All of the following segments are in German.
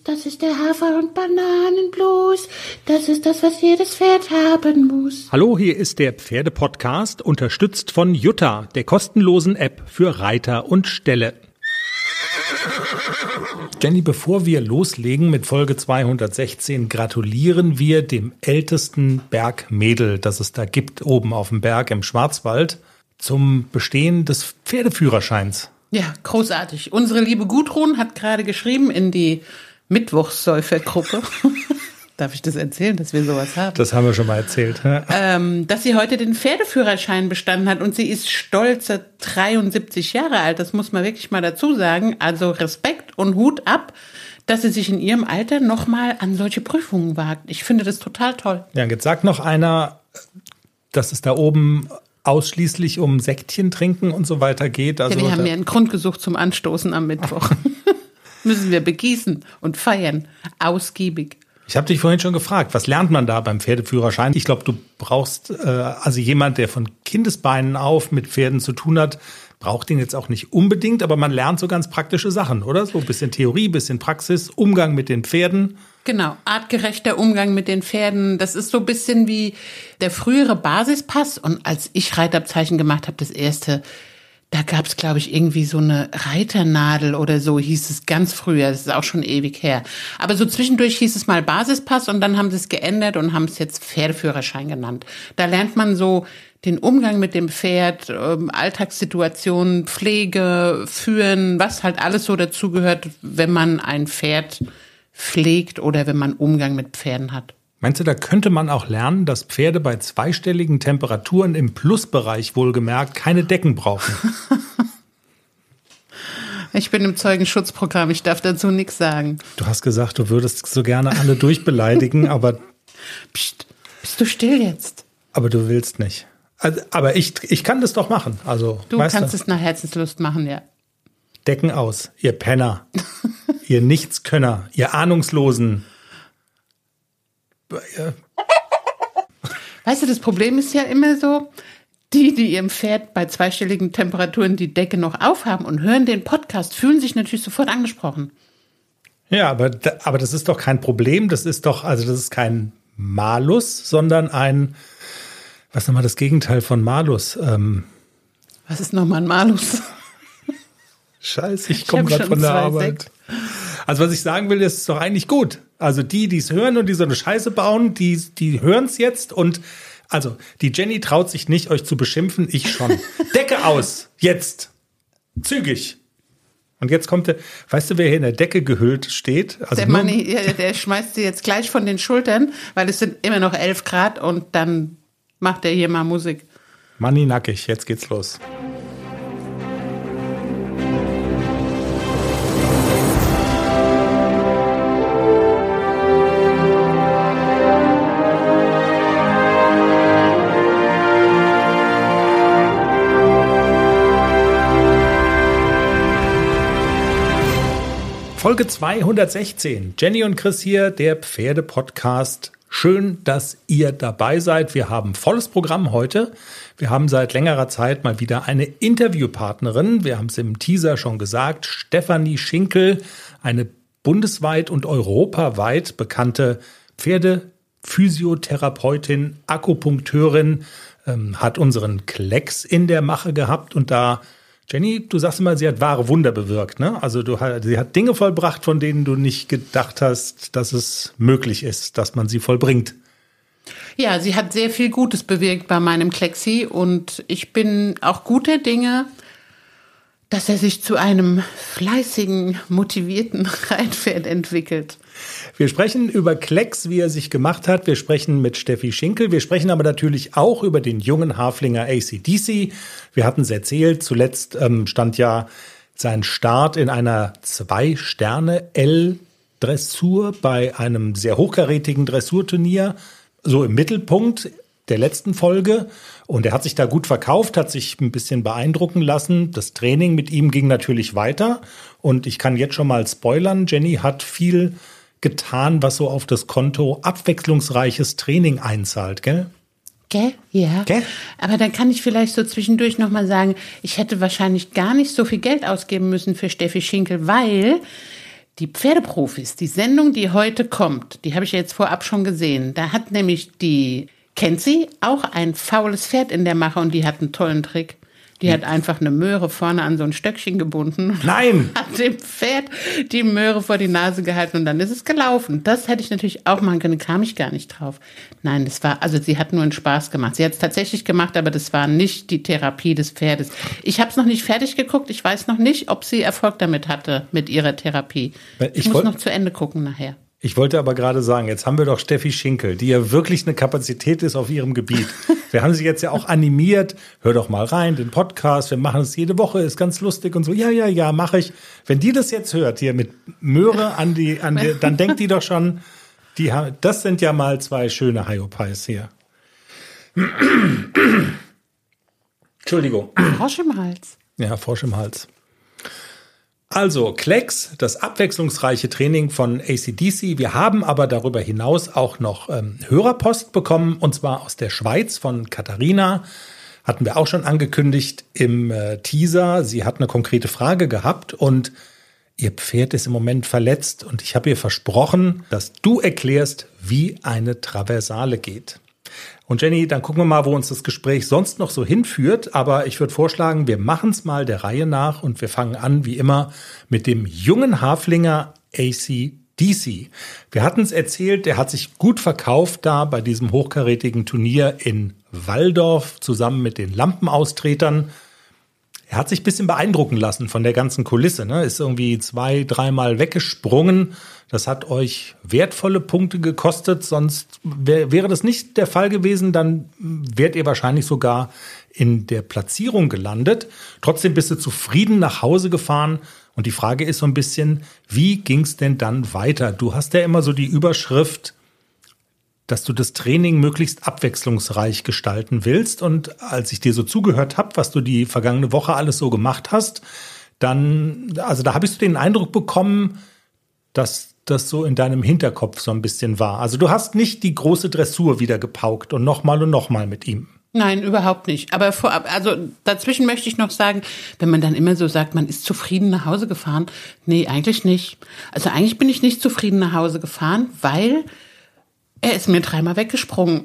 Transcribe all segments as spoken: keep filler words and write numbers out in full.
Das ist der Hafer- und Bananenblues. Das ist das, was jedes Pferd haben muss. Hallo, hier ist der Pferde-Podcast, unterstützt von Jutta, der kostenlosen App für Reiter und Ställe. Jenny, bevor wir loslegen mit Folge zweihundertsechzehn, gratulieren wir dem ältesten Bergmädel, das es da gibt, oben auf dem Berg im Schwarzwald, zum Bestehen des Pferdeführerscheins. Ja, großartig. Unsere liebe Gudrun hat gerade geschrieben in die Mittwochssäufergruppe. Darf ich das erzählen, dass wir sowas haben? Das haben wir schon mal erzählt. Ja. Ähm, dass sie heute den Pferdeführerschein bestanden hat und sie ist stolze dreiundsiebzig Jahre alt. Das muss man wirklich mal dazu sagen. Also Respekt und Hut ab, dass sie sich in ihrem Alter nochmal an solche Prüfungen wagt. Ich finde das total toll. Ja, jetzt sagt noch einer, dass es da oben ausschließlich um Sektchen trinken und so weiter geht. Also ja, wir haben ja einen Grund gesucht zum Anstoßen am Mittwoch. Müssen wir begießen und feiern. Ausgiebig. Ich habe dich vorhin schon gefragt, was lernt man da beim Pferdeführerschein? Ich glaube, du brauchst, äh, also jemand, der von Kindesbeinen auf mit Pferden zu tun hat, braucht den jetzt auch nicht unbedingt, aber man lernt so ganz praktische Sachen, oder? So ein bisschen Theorie, ein bisschen Praxis, Umgang mit den Pferden. Genau, artgerechter Umgang mit den Pferden. Das ist so ein bisschen wie der frühere Basispass. Und als ich Reitabzeichen gemacht habe, das erste, da gab es, glaube ich, irgendwie so eine Reiternadel oder so, hieß es ganz früher. Das ist auch schon ewig her. Aber so zwischendurch hieß es mal Basispass und dann haben sie es geändert und haben es jetzt Pferdeführerschein genannt. Da lernt man so den Umgang mit dem Pferd, ähm, Alltagssituationen, Pflege, Führen, was halt alles so dazugehört, wenn man ein Pferd pflegt oder wenn man Umgang mit Pferden hat. Meinst du, da könnte man auch lernen, dass Pferde bei zweistelligen Temperaturen im Plusbereich wohlgemerkt keine Decken brauchen? Ich bin im Zeugenschutzprogramm, ich darf dazu nichts sagen. Du hast gesagt, du würdest so gerne alle durchbeleidigen, aber... Psst, bist du still jetzt? Aber du willst nicht. Also, aber ich, ich kann das doch machen. Also, du weißt kannst du? es nach Herzenslust machen, ja. Decken aus, ihr Penner, ihr Nichtskönner, ihr Ahnungslosen. Weißt du, das Problem ist ja immer so, die, die ihrem Pferd bei zweistelligen Temperaturen die Decke noch aufhaben und hören den Podcast, fühlen sich natürlich sofort angesprochen. Ja, aber, aber das ist doch kein Problem. Das ist doch, also das ist kein Malus, sondern ein, was ist nochmal das Gegenteil von Malus? Ähm, was ist nochmal ein Malus? Scheiße, ich komme gerade von der Arbeit. Sekt. Also was ich sagen will, ist doch eigentlich gut. Also die, die es hören und die so eine Scheiße bauen, die, die hören es jetzt. Und also die Jenny traut sich nicht, euch zu beschimpfen, ich schon. Decke aus, jetzt, zügig. Und jetzt kommt der, weißt du, wer hier in der Decke gehüllt steht? Also der Manni, der, der schmeißt sie jetzt gleich von den Schultern, weil es sind immer noch elf Grad und dann macht er hier mal Musik. Manni nackig, jetzt geht's los. Folge zweihundertsechzehn. Jenny und Chris hier, der Pferde-Podcast. Schön, dass ihr dabei seid. Wir haben volles Programm heute. Wir haben seit längerer Zeit mal wieder eine Interviewpartnerin. Wir haben es im Teaser schon gesagt. Stefanie Schinkel, eine bundesweit und europaweit bekannte Pferdephysiotherapeutin, Akupunkteurin, ähm, hat unseren Klecks in der Mache gehabt und da Jenny, du sagst immer, sie hat wahre Wunder bewirkt, ne? Also du, sie hat Dinge vollbracht, von denen du nicht gedacht hast, dass es möglich ist, dass man sie vollbringt. Ja, sie hat sehr viel Gutes bewirkt bei meinem Klexi und ich bin auch guter Dinge, dass er sich zu einem fleißigen, motivierten Reitpferd entwickelt. Wir sprechen über Klecks, wie er sich gemacht hat. Wir sprechen mit Steffi Schinkel. Wir sprechen aber natürlich auch über den jungen Haflinger A C D C. Wir hatten es erzählt. Zuletzt ähm, stand ja sein Start in einer Zwei-Sterne-L-Dressur bei einem sehr hochkarätigen Dressurturnier. So im Mittelpunkt der letzten Folge. Und er hat sich da gut verkauft, hat sich ein bisschen beeindrucken lassen. Das Training mit ihm ging natürlich weiter. Und ich kann jetzt schon mal spoilern. Jenny hat viel getan, was so auf das Konto abwechslungsreiches Training einzahlt, gell? Gell? Ja. Gell? Aber dann kann ich vielleicht so zwischendurch nochmal sagen, ich hätte wahrscheinlich gar nicht so viel Geld ausgeben müssen für Steffi Schinkel, weil Die Pferdeprofis, die Sendung, die heute kommt, die habe ich ja jetzt vorab schon gesehen. Da hat nämlich die Kenzie auch ein faules Pferd in der Mache und die hat einen tollen Trick. Die hat einfach eine Möhre vorne an so ein Stöckchen gebunden. Nein! Hat dem Pferd die Möhre vor die Nase gehalten und dann ist es gelaufen. Das hätte ich natürlich auch machen können, kam ich gar nicht drauf. Nein, das war, also sie hat nur einen Spaß gemacht. Sie hat es tatsächlich gemacht, aber das war nicht die Therapie des Pferdes. Ich habe es noch nicht fertig geguckt. Ich weiß noch nicht, ob sie Erfolg damit hatte, mit ihrer Therapie. Ich, ich muss wollt, noch zu Ende gucken nachher. Ich wollte aber gerade sagen, jetzt haben wir doch Steffi Schinkel, die ja wirklich eine Kapazität ist auf ihrem Gebiet. Wir haben sie jetzt ja auch animiert. Hör doch mal rein, den Podcast. Wir machen es jede Woche, ist ganz lustig und so. Ja, ja, ja, mache ich. Wenn die das jetzt hört, hier mit Möhre an die, an die, dann denkt die doch schon, die haben, das sind ja mal zwei schöne Hyopies hier. Entschuldigung. Frosch im Hals. Ja, Frosch im Hals. Also, Klecks, das abwechslungsreiche Training von A C D C. Wir haben aber darüber hinaus auch noch ähm, Hörerpost bekommen, und zwar aus der Schweiz von Katharina. Hatten wir auch schon angekündigt im äh, Teaser. Sie hat eine konkrete Frage gehabt und ihr Pferd ist im Moment verletzt. Und ich habe ihr versprochen, dass du erklärst, wie eine Traversale geht. Und Jenny, dann gucken wir mal, wo uns das Gespräch sonst noch so hinführt. Aber ich würde vorschlagen, wir machen es mal der Reihe nach und wir fangen an, wie immer, mit dem jungen Haflinger A C D C. Wir hatten es erzählt, der hat sich gut verkauft da bei diesem hochkarätigen Turnier in Walldorf zusammen mit den Lampenaustretern. Er hat sich ein bisschen beeindrucken lassen von der ganzen Kulisse, ne? Ist irgendwie zwei, dreimal weggesprungen. Das hat euch wertvolle Punkte gekostet, sonst wär, wäre das nicht der Fall gewesen, dann wärt ihr wahrscheinlich sogar in der Platzierung gelandet. Trotzdem bist du zufrieden nach Hause gefahren und die Frage ist so ein bisschen, wie ging es denn dann weiter? Du hast ja immer so die Überschrift, dass du das Training möglichst abwechslungsreich gestalten willst. Und als ich dir so zugehört habe, was du die vergangene Woche alles so gemacht hast, dann, also da habe ich so den Eindruck bekommen, dass das so in deinem Hinterkopf so ein bisschen war. Also du hast nicht die große Dressur wieder gepaukt und nochmal und nochmal mit ihm. Nein, überhaupt nicht. Aber vorab, also dazwischen möchte ich noch sagen, wenn man dann immer so sagt, man ist zufrieden nach Hause gefahren. Nee, eigentlich nicht. Also eigentlich bin ich nicht zufrieden nach Hause gefahren, weil er ist mir dreimal weggesprungen.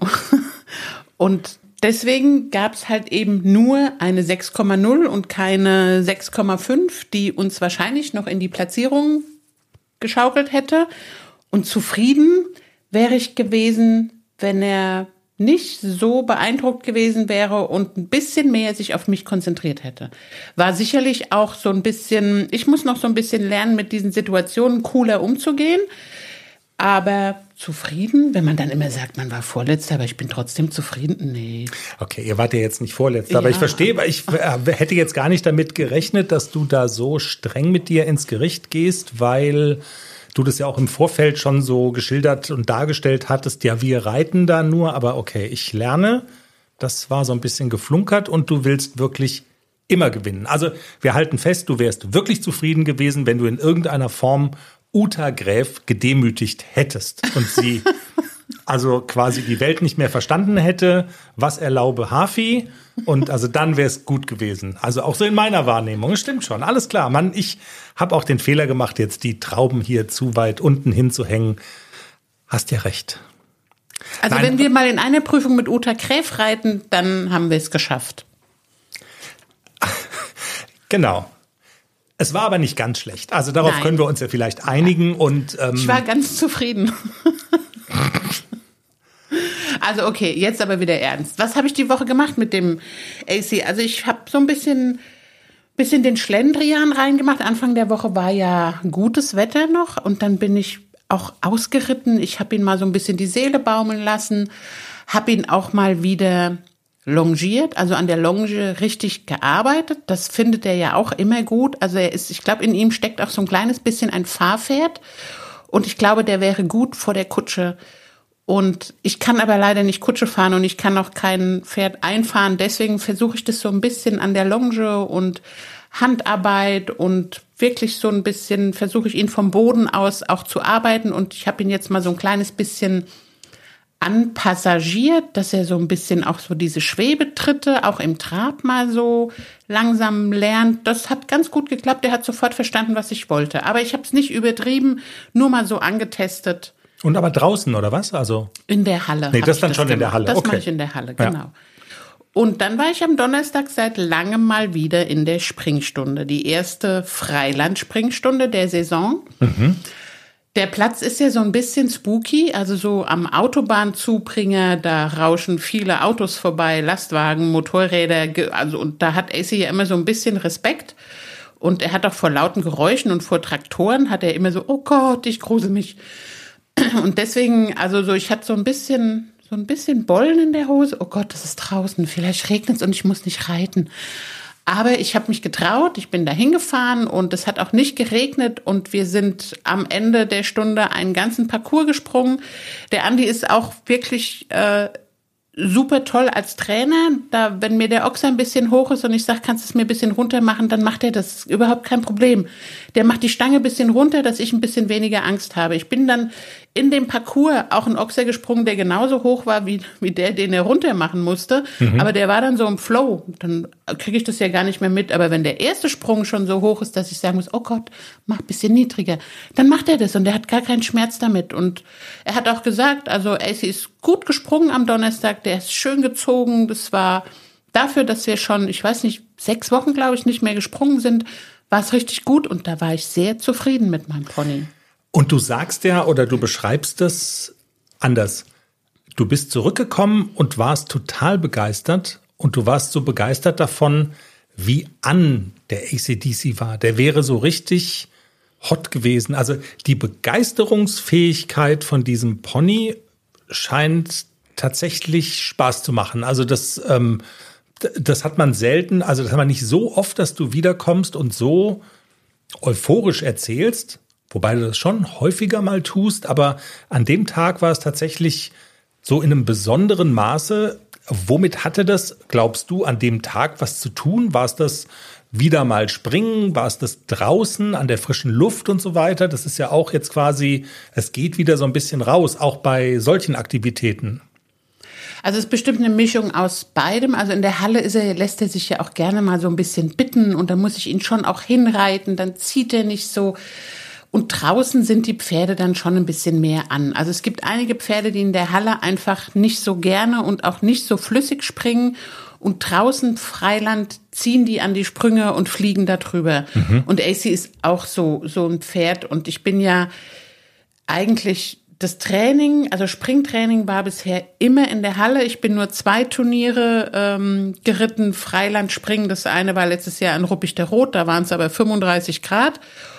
Und deswegen gab es halt eben nur eine sechs Komma null und keine sechs Komma fünf, die uns wahrscheinlich noch in die Platzierung geschaukelt hätte. Und zufrieden wäre ich gewesen, wenn er nicht so beeindruckt gewesen wäre und ein bisschen mehr sich auf mich konzentriert hätte. War sicherlich auch so ein bisschen, ich muss noch so ein bisschen lernen, mit diesen Situationen cooler umzugehen. Aber zufrieden, wenn man dann immer sagt, man war Vorletzter, aber ich bin trotzdem zufrieden, nee. Okay, ihr wart ja jetzt nicht Vorletzter, ja. Aber ich verstehe, weil ich hätte jetzt gar nicht damit gerechnet, dass du da so streng mit dir ins Gericht gehst, weil du das ja auch im Vorfeld schon so geschildert und dargestellt hattest, ja, wir reiten da nur, aber okay, ich lerne, das war so ein bisschen geflunkert und du willst wirklich immer gewinnen. Also wir halten fest, du wärst wirklich zufrieden gewesen, wenn du in irgendeiner Form Uta Gräf gedemütigt hättest und sie also quasi die Welt nicht mehr verstanden hätte, was erlaube Hafi, und also dann wäre es gut gewesen. Also auch so in meiner Wahrnehmung, es stimmt schon, alles klar. Mann, ich habe auch den Fehler gemacht, jetzt die Trauben hier zu weit unten hinzuhängen. Hast ja recht. Also Nein, wenn wir mal in einer Prüfung mit Uta Gräf reiten, dann haben wir es geschafft. Genau. Es war aber nicht ganz schlecht. Also darauf Nein. können wir uns ja vielleicht einigen. Und ähm, ich war ganz zufrieden. Also okay, jetzt aber wieder ernst. Was habe ich die Woche gemacht mit dem A C? Also ich habe so ein bisschen, bisschen den Schlendrian reingemacht. Anfang der Woche war ja gutes Wetter noch und dann bin ich auch ausgeritten. Ich habe ihn mal so ein bisschen die Seele baumeln lassen, habe ihn auch mal wieder longiert, also an der Longe richtig gearbeitet. Das findet er ja auch immer gut. Also er ist, ich glaube, in ihm steckt auch so ein kleines bisschen ein Fahrpferd. Und ich glaube, der wäre gut vor der Kutsche. Und ich kann aber leider nicht Kutsche fahren und ich kann auch kein Pferd einfahren. Deswegen versuche ich das so ein bisschen an der Longe und Handarbeit und wirklich so ein bisschen versuche ich ihn vom Boden aus auch zu arbeiten. Und ich habe ihn jetzt mal so ein kleines bisschen anpassagiert, dass er so ein bisschen auch so diese Schwebetritte auch im Trab mal so langsam lernt. Das hat ganz gut geklappt. Er hat sofort verstanden, was ich wollte. Aber ich habe es nicht übertrieben, nur mal so angetestet. Und aber draußen, oder was? Also in der Halle. Nee, das dann schon gemacht. in der Halle. Das okay. mache ich in der Halle, genau. Ja. Und dann war ich am Donnerstag seit langem mal wieder in der Springstunde. Die erste Freiland-Springstunde der Saison. Mhm. Der Platz ist ja so ein bisschen spooky, also so am Autobahnzubringer, da rauschen viele Autos vorbei, Lastwagen, Motorräder, also und da hat A C ja immer so ein bisschen Respekt. Und er hat auch vor lauten Geräuschen und vor Traktoren hat er immer so, oh Gott, ich grusel mich. Und deswegen, also so, ich hatte so ein bisschen, so ein bisschen Bollen in der Hose. Oh Gott, das ist draußen, vielleicht regnet es und ich muss nicht reiten. Aber ich habe mich getraut, ich bin da hingefahren und es hat auch nicht geregnet und wir sind am Ende der Stunde einen ganzen Parcours gesprungen. Der Andi ist auch wirklich äh, super toll als Trainer. Da, wenn mir der Ochser ein bisschen hoch ist und ich sage, kannst du es mir ein bisschen runter machen, dann macht er das. Überhaupt kein Problem. Der macht die Stange ein bisschen runter, dass ich ein bisschen weniger Angst habe. Ich bin dann in dem Parcours auch ein Ochser gesprungen, der genauso hoch war wie, wie der, den er runter machen musste. Mhm. Aber der war dann so im Flow. Dann kriege ich das ja gar nicht mehr mit. Aber wenn der erste Sprung schon so hoch ist, dass ich sagen muss, oh Gott, mach ein bisschen niedriger, dann macht er das und der hat gar keinen Schmerz damit. Und er hat auch gesagt, also A C ist gut gesprungen am Donnerstag, der ist schön gezogen. Das war dafür, dass wir schon, ich weiß nicht, sechs Wochen, glaube ich, nicht mehr gesprungen sind, war es richtig gut und da war ich sehr zufrieden mit meinem Pony. Und du sagst ja, oder du beschreibst es anders. Du bist zurückgekommen und warst total begeistert. Und du warst so begeistert davon, wie an der A C D C war. Der wäre so richtig hot gewesen. Also die Begeisterungsfähigkeit von diesem Pony scheint tatsächlich Spaß zu machen. Also das, ähm, das hat man selten, also das hat man nicht so oft, dass du wiederkommst und so euphorisch erzählst. Wobei du das schon häufiger mal tust, aber an dem Tag war es tatsächlich so in einem besonderen Maße. Womit hatte das, glaubst du, an dem Tag was zu tun? War es das wieder mal springen? War es das draußen an der frischen Luft und so weiter? Das ist ja auch jetzt quasi, es geht wieder so ein bisschen raus, auch bei solchen Aktivitäten. Also es ist bestimmt eine Mischung aus beidem. Also in der Halle ist er, lässt er sich ja auch gerne mal so ein bisschen bitten und dann muss ich ihn schon auch hinreiten, dann zieht er nicht so. Und draußen sind die Pferde dann schon ein bisschen mehr an. Also es gibt einige Pferde, die in der Halle einfach nicht so gerne und auch nicht so flüssig springen. Und draußen Freiland ziehen die an die Sprünge und fliegen da drüber. Mhm. Und A C ist auch so, so ein Pferd. Und ich bin ja eigentlich das Training, also Springtraining war bisher immer in der Halle. Ich bin nur zwei Turniere ähm, geritten, Freiland springen. Das eine war letztes Jahr in Ruppichteroth, da waren es aber fünfunddreißig Grad.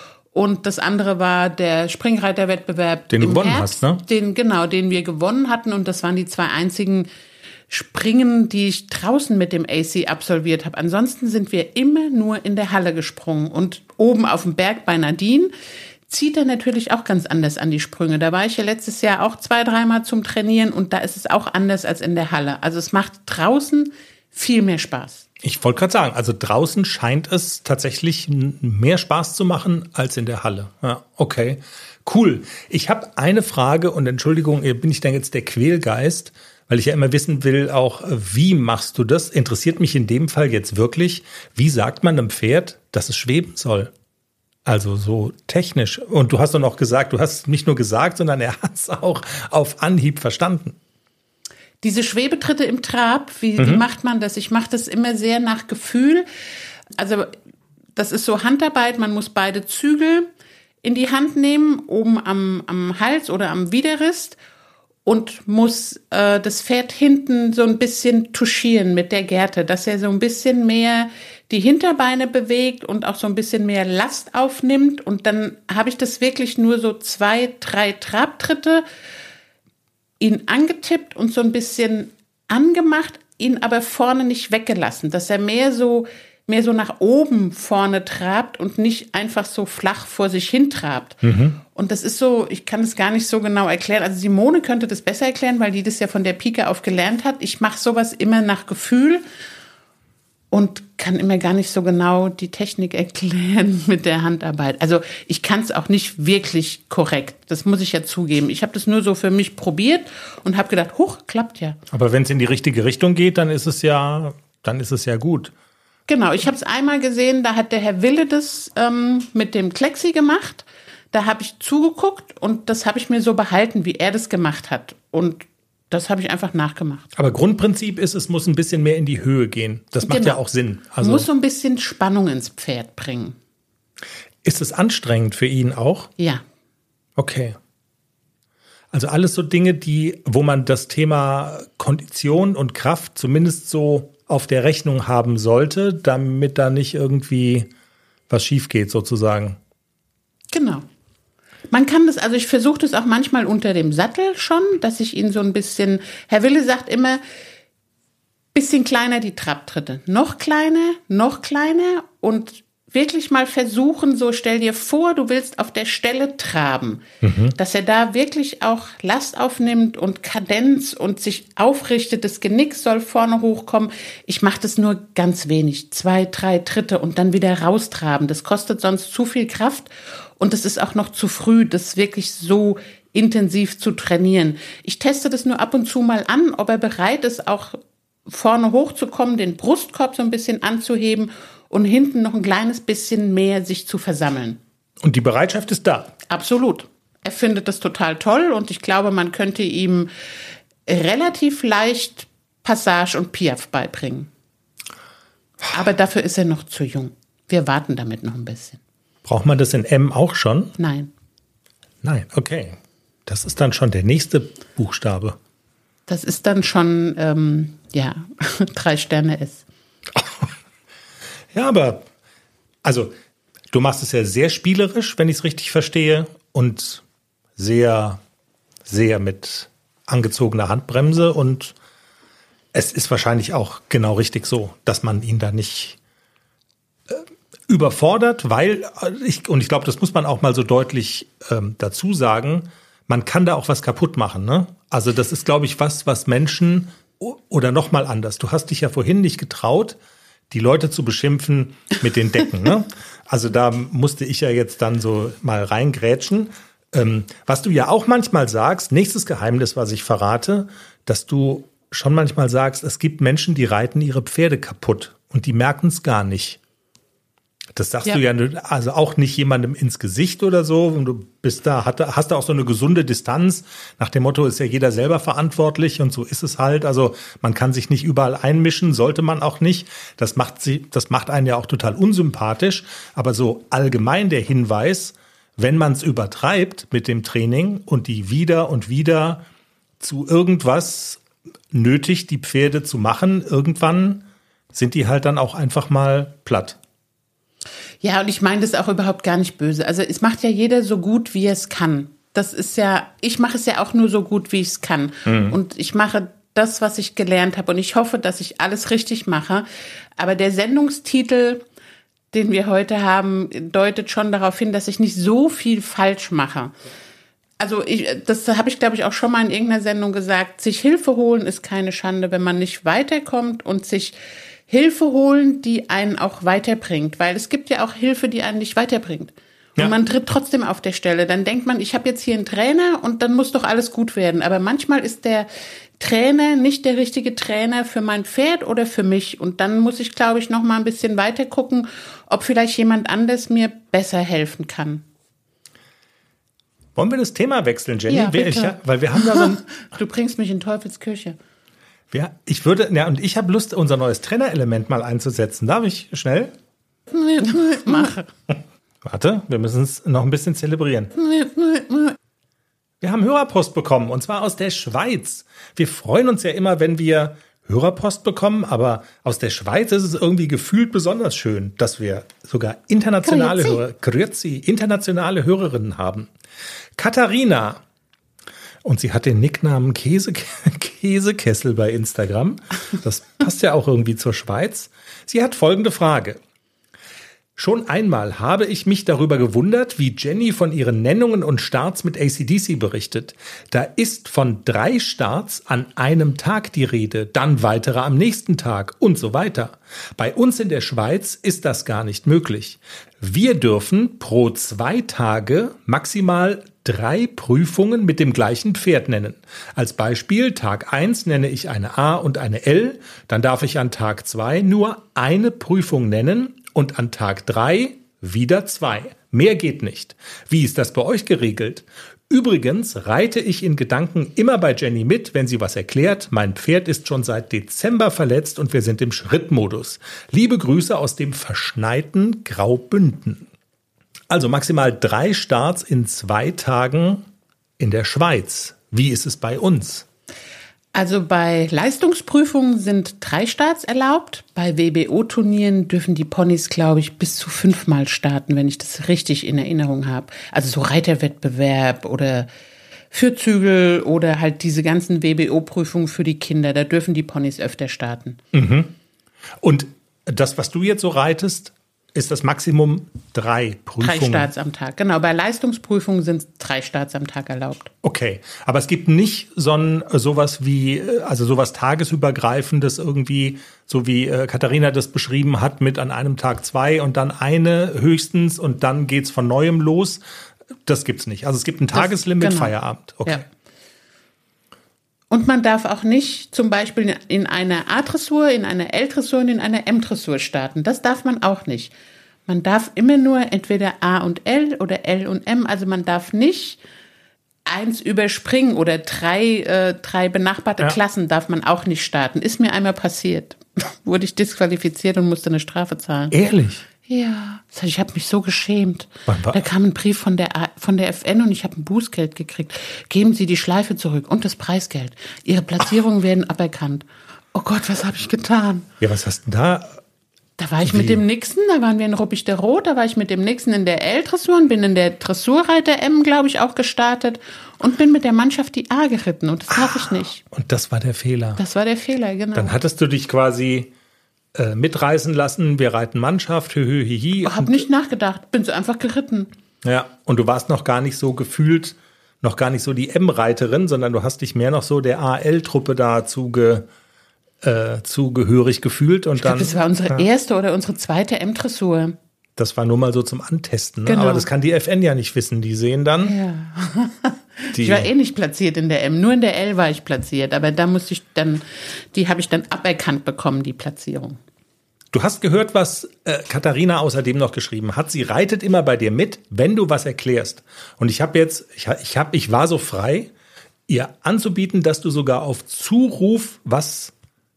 Und das andere war der Springreiterwettbewerb. Den du gewonnen Herbst, hast, ne? Den, genau, den wir gewonnen hatten. Und das waren die zwei einzigen Springen, die ich draußen mit dem A C absolviert habe. Ansonsten sind wir immer nur in der Halle gesprungen. Und oben auf dem Berg bei Nadine zieht er natürlich auch ganz anders an die Sprünge. Da war ich ja letztes Jahr auch zwei, dreimal zum Trainieren. Und da ist es auch anders als in der Halle. Also es macht draußen viel mehr Spaß. Ich wollte gerade sagen, also draußen scheint es tatsächlich mehr Spaß zu machen als in der Halle. Ja, okay, cool. Ich habe eine Frage und Entschuldigung, bin ich dann jetzt der Quälgeist, weil ich ja immer wissen will, auch wie machst du das? Interessiert mich in dem Fall jetzt wirklich, wie sagt man einem Pferd, dass es schweben soll? Also so technisch. Und du hast doch noch gesagt, du hast es nicht nur gesagt, sondern er hat es auch auf Anhieb verstanden. Diese Schwebetritte im Trab, wie, mhm. wie macht man das? Ich mache das immer sehr nach Gefühl. Also das ist so Handarbeit, man muss beide Zügel in die Hand nehmen, oben am, am Hals oder am Widerrist und muss äh, das Pferd hinten so ein bisschen touchieren mit der Gerte, dass er so ein bisschen mehr die Hinterbeine bewegt und auch so ein bisschen mehr Last aufnimmt. Und dann habe ich das wirklich nur so zwei, drei Trabtritte, ihn angetippt und so ein bisschen angemacht, ihn aber vorne nicht weggelassen, dass er mehr so, mehr so nach oben vorne trabt und nicht einfach so flach vor sich hin trabt. Mhm. Und das ist so, ich kann es gar nicht so genau erklären. Also Simone könnte das besser erklären, weil die das ja von der Pike auf gelernt hat. Ich mache sowas immer nach Gefühl. und kann immer gar nicht so genau die Technik erklären mit der Handarbeit. Also ich kann es auch nicht wirklich korrekt, das muss ich ja zugeben. Ich habe das nur so für mich probiert und habe gedacht, huch, klappt ja. Aber wenn es in die richtige Richtung geht, dann ist es ja, dann ist es ja gut. Genau, ich habe es einmal gesehen, da hat der Herr Wille das ähm, mit dem Klexi gemacht. Da habe ich zugeguckt und das habe ich mir so behalten, wie er das gemacht hat. Und das habe ich einfach nachgemacht. Aber Grundprinzip ist, es muss ein bisschen mehr in die Höhe gehen. Das macht genau. ja auch Sinn. Also muss so ein bisschen Spannung ins Pferd bringen. Ist es anstrengend für ihn auch? Ja. Okay. Also alles so Dinge, die, wo man das Thema Kondition und Kraft zumindest so auf der Rechnung haben sollte, damit da nicht irgendwie was schief geht sozusagen. Genau. Man kann das, also ich versuche das auch manchmal unter dem Sattel schon, dass ich ihn so ein bisschen, Herr Wille sagt immer, bisschen kleiner die Trabtritte. Noch kleiner, noch kleiner und wirklich mal versuchen, so stell dir vor, du willst auf der Stelle traben, mhm. dass er da wirklich auch Last aufnimmt und Kadenz und sich aufrichtet, das Genick soll vorne hochkommen. Ich mache das nur ganz wenig, zwei, drei Tritte und dann wieder raustraben. Das kostet sonst zu viel Kraft und es ist auch noch zu früh, das wirklich so intensiv zu trainieren. Ich teste das nur ab und zu mal an, ob er bereit ist, auch vorne hochzukommen, den Brustkorb so ein bisschen anzuheben und hinten noch ein kleines bisschen mehr sich zu versammeln. Und die Bereitschaft ist da? Absolut. Er findet das total toll und ich glaube, man könnte ihm relativ leicht Passage und Piaffe beibringen. Aber dafür ist er noch zu jung. Wir warten damit noch ein bisschen. Braucht man das in M auch schon? Nein. Nein, okay. Das ist dann schon der nächste Buchstabe. Das ist dann schon, ähm, ja, drei Sterne S. Ja, aber, also, du machst es ja sehr spielerisch, wenn ich es richtig verstehe, und sehr, sehr mit angezogener Handbremse. Und es ist wahrscheinlich auch genau richtig so, dass man ihn da nicht äh, überfordert, weil, ich, und ich glaube, das muss man auch mal so deutlich ähm, dazu sagen, man kann da auch was kaputt machen, ne? Also das ist, glaube ich, was, was Menschen, oder noch mal anders, du hast dich ja vorhin nicht getraut, die Leute zu beschimpfen mit den Decken, ne? Also da musste ich ja jetzt dann so mal reingrätschen. Ähm, was du ja auch manchmal sagst, nächstes Geheimnis, was ich verrate, dass du schon manchmal sagst, es gibt Menschen, die reiten ihre Pferde kaputt und die merken es gar nicht. Das sagst ja. du ja also auch nicht jemandem ins Gesicht oder so. Und du bist da, hast da auch so eine gesunde Distanz. Nach dem Motto ist ja jeder selber verantwortlich und so ist es halt. Also man kann sich nicht überall einmischen, sollte man auch nicht. Das macht sie, das macht einen ja auch total unsympathisch. Aber so allgemein der Hinweis, wenn man es übertreibt mit dem Training und die wieder und wieder zu irgendwas nötigt, die Pferde zu machen, irgendwann sind die halt dann auch einfach mal platt. Ja, und ich meine das auch überhaupt gar nicht böse. Also es macht ja jeder so gut, wie er es kann. Das ist ja, ich mache es ja auch nur so gut, wie ich es kann. Mhm. Und ich mache das, was ich gelernt habe. Und ich hoffe, dass ich alles richtig mache. Aber der Sendungstitel, den wir heute haben, deutet schon darauf hin, dass ich nicht so viel falsch mache. Also ich, das habe ich, glaube ich, auch schon mal in irgendeiner Sendung gesagt. Sich Hilfe holen ist keine Schande, wenn man nicht weiterkommt, und sich Hilfe holen, die einen auch weiterbringt. Weil es gibt ja auch Hilfe, die einen nicht weiterbringt. Und ja. man tritt trotzdem auf der Stelle. Dann denkt man, ich habe jetzt hier einen Trainer und dann muss doch alles gut werden. Aber manchmal ist der Trainer nicht der richtige Trainer für mein Pferd oder für mich. Und dann muss ich, glaube ich, noch mal ein bisschen weiter gucken, ob vielleicht jemand anders mir besser helfen kann. Wollen wir das Thema wechseln, Jenny? Ja, bitte. Ich, weil wir haben da so ein Du bringst mich in Teufelsküche. Ja, ich würde, ja, und ich habe Lust, unser neues Trainerelement mal einzusetzen. Darf ich schnell? Mach. Warte, wir müssen es noch ein bisschen zelebrieren. Wir haben Hörerpost bekommen, und zwar aus der Schweiz. Wir freuen uns ja immer, wenn wir Hörerpost bekommen, aber aus der Schweiz ist es irgendwie gefühlt besonders schön, dass wir sogar internationale Grüezi. Hörer, Grüezi, internationale Hörerinnen haben. Katharina. Und sie hat den Nicknamen Käse, Käsekessel bei Instagram. Das passt ja auch irgendwie zur Schweiz. Sie hat folgende Frage. Schon einmal habe ich mich darüber gewundert, wie Jenny von ihren Nennungen und Starts mit A C D C berichtet. Da ist von drei Starts an einem Tag die Rede, dann weitere am nächsten Tag und so weiter. Bei uns in der Schweiz ist das gar nicht möglich. Wir dürfen pro zwei Tage maximal drei Prüfungen mit dem gleichen Pferd nennen. Als Beispiel, Tag eins nenne ich eine A und eine L, dann darf ich an Tag zwei nur eine Prüfung nennen und an Tag drei wieder zwei. Mehr geht nicht. Wie ist das bei euch geregelt? Übrigens reite ich in Gedanken immer bei Jenny mit, wenn sie was erklärt. Mein Pferd ist schon seit Dezember verletzt und wir sind im Schrittmodus. Liebe Grüße aus dem verschneiten Graubünden. Also maximal drei Starts in zwei Tagen in der Schweiz. Wie ist es bei uns? Also bei Leistungsprüfungen sind drei Starts erlaubt. Bei W B O-Turnieren dürfen die Ponys, glaube ich, bis zu fünfmal starten, wenn ich das richtig in Erinnerung habe. Also so Reiterwettbewerb oder Vierzügel oder halt diese ganzen W B O-Prüfungen für die Kinder. Da dürfen die Ponys öfter starten. Mhm. Und das, was du jetzt so reitest, ist das Maximum drei Prüfungen? Drei Starts am Tag, genau. Bei Leistungsprüfungen sind drei Starts am Tag erlaubt. Okay, aber es gibt nicht so ein, sowas wie, also sowas Tagesübergreifendes irgendwie, so wie äh, Katharina das beschrieben hat, mit an einem Tag zwei und dann eine höchstens und dann geht's von Neuem los. Das gibt's nicht. Also es gibt ein Tageslimit, das, genau. Feierabend. Okay. Ja. Und man darf auch nicht zum Beispiel in einer A-Dressur, in einer L-Dressur und in einer M-Dressur starten. Das darf man auch nicht. Man darf immer nur entweder A und L oder L und M. Also man darf nicht eins überspringen oder drei, äh, drei benachbarte ja. Klassen darf man auch nicht starten. Ist mir einmal passiert. Wurde ich disqualifiziert und musste eine Strafe zahlen. Ehrlich? Ja, ich habe mich so geschämt. Da kam ein Brief von der von der F N und ich habe ein Bußgeld gekriegt. Geben Sie die Schleife zurück und das Preisgeld. Ihre Platzierungen Ach. werden aberkannt. Oh Gott, was habe ich getan? Ja, was hast du denn da? Da war ich Wie? mit dem Nixon, da waren wir in Ruppig der Rot, da war ich mit dem Nixon in der L-Dressur und bin in der Dressurreiter M, glaube ich, auch gestartet und bin mit der Mannschaft die A geritten und das darf ah, ich nicht. Und das war der Fehler? Das war der Fehler, genau. Dann hattest du dich quasi mitreißen lassen, wir reiten Mannschaft, hü, hü, hi, hi. Ich habe nicht nachgedacht, bin so einfach geritten. Ja, und du warst noch gar nicht so gefühlt, noch gar nicht so die M-Reiterin, sondern du hast dich mehr noch so der A L-Truppe da zuge, äh, zugehörig gefühlt. Und ich glaub, dann, das war unsere ja. erste oder unsere zweite M-Dressur. Das war nur mal so zum Antesten, ne? Genau. Aber das kann die F N ja nicht wissen, die sehen dann. Ja. die ich war eh nicht platziert in der M, nur in der L war ich platziert, aber da musste ich dann, die habe ich dann aberkannt bekommen, die Platzierung. Du hast gehört, was äh, Katharina außerdem noch geschrieben hat. Sie reitet immer bei dir mit, wenn du was erklärst. Und ich habe jetzt, ich, ich, hab, ich war so frei, ihr anzubieten, dass du sogar auf Zuruf was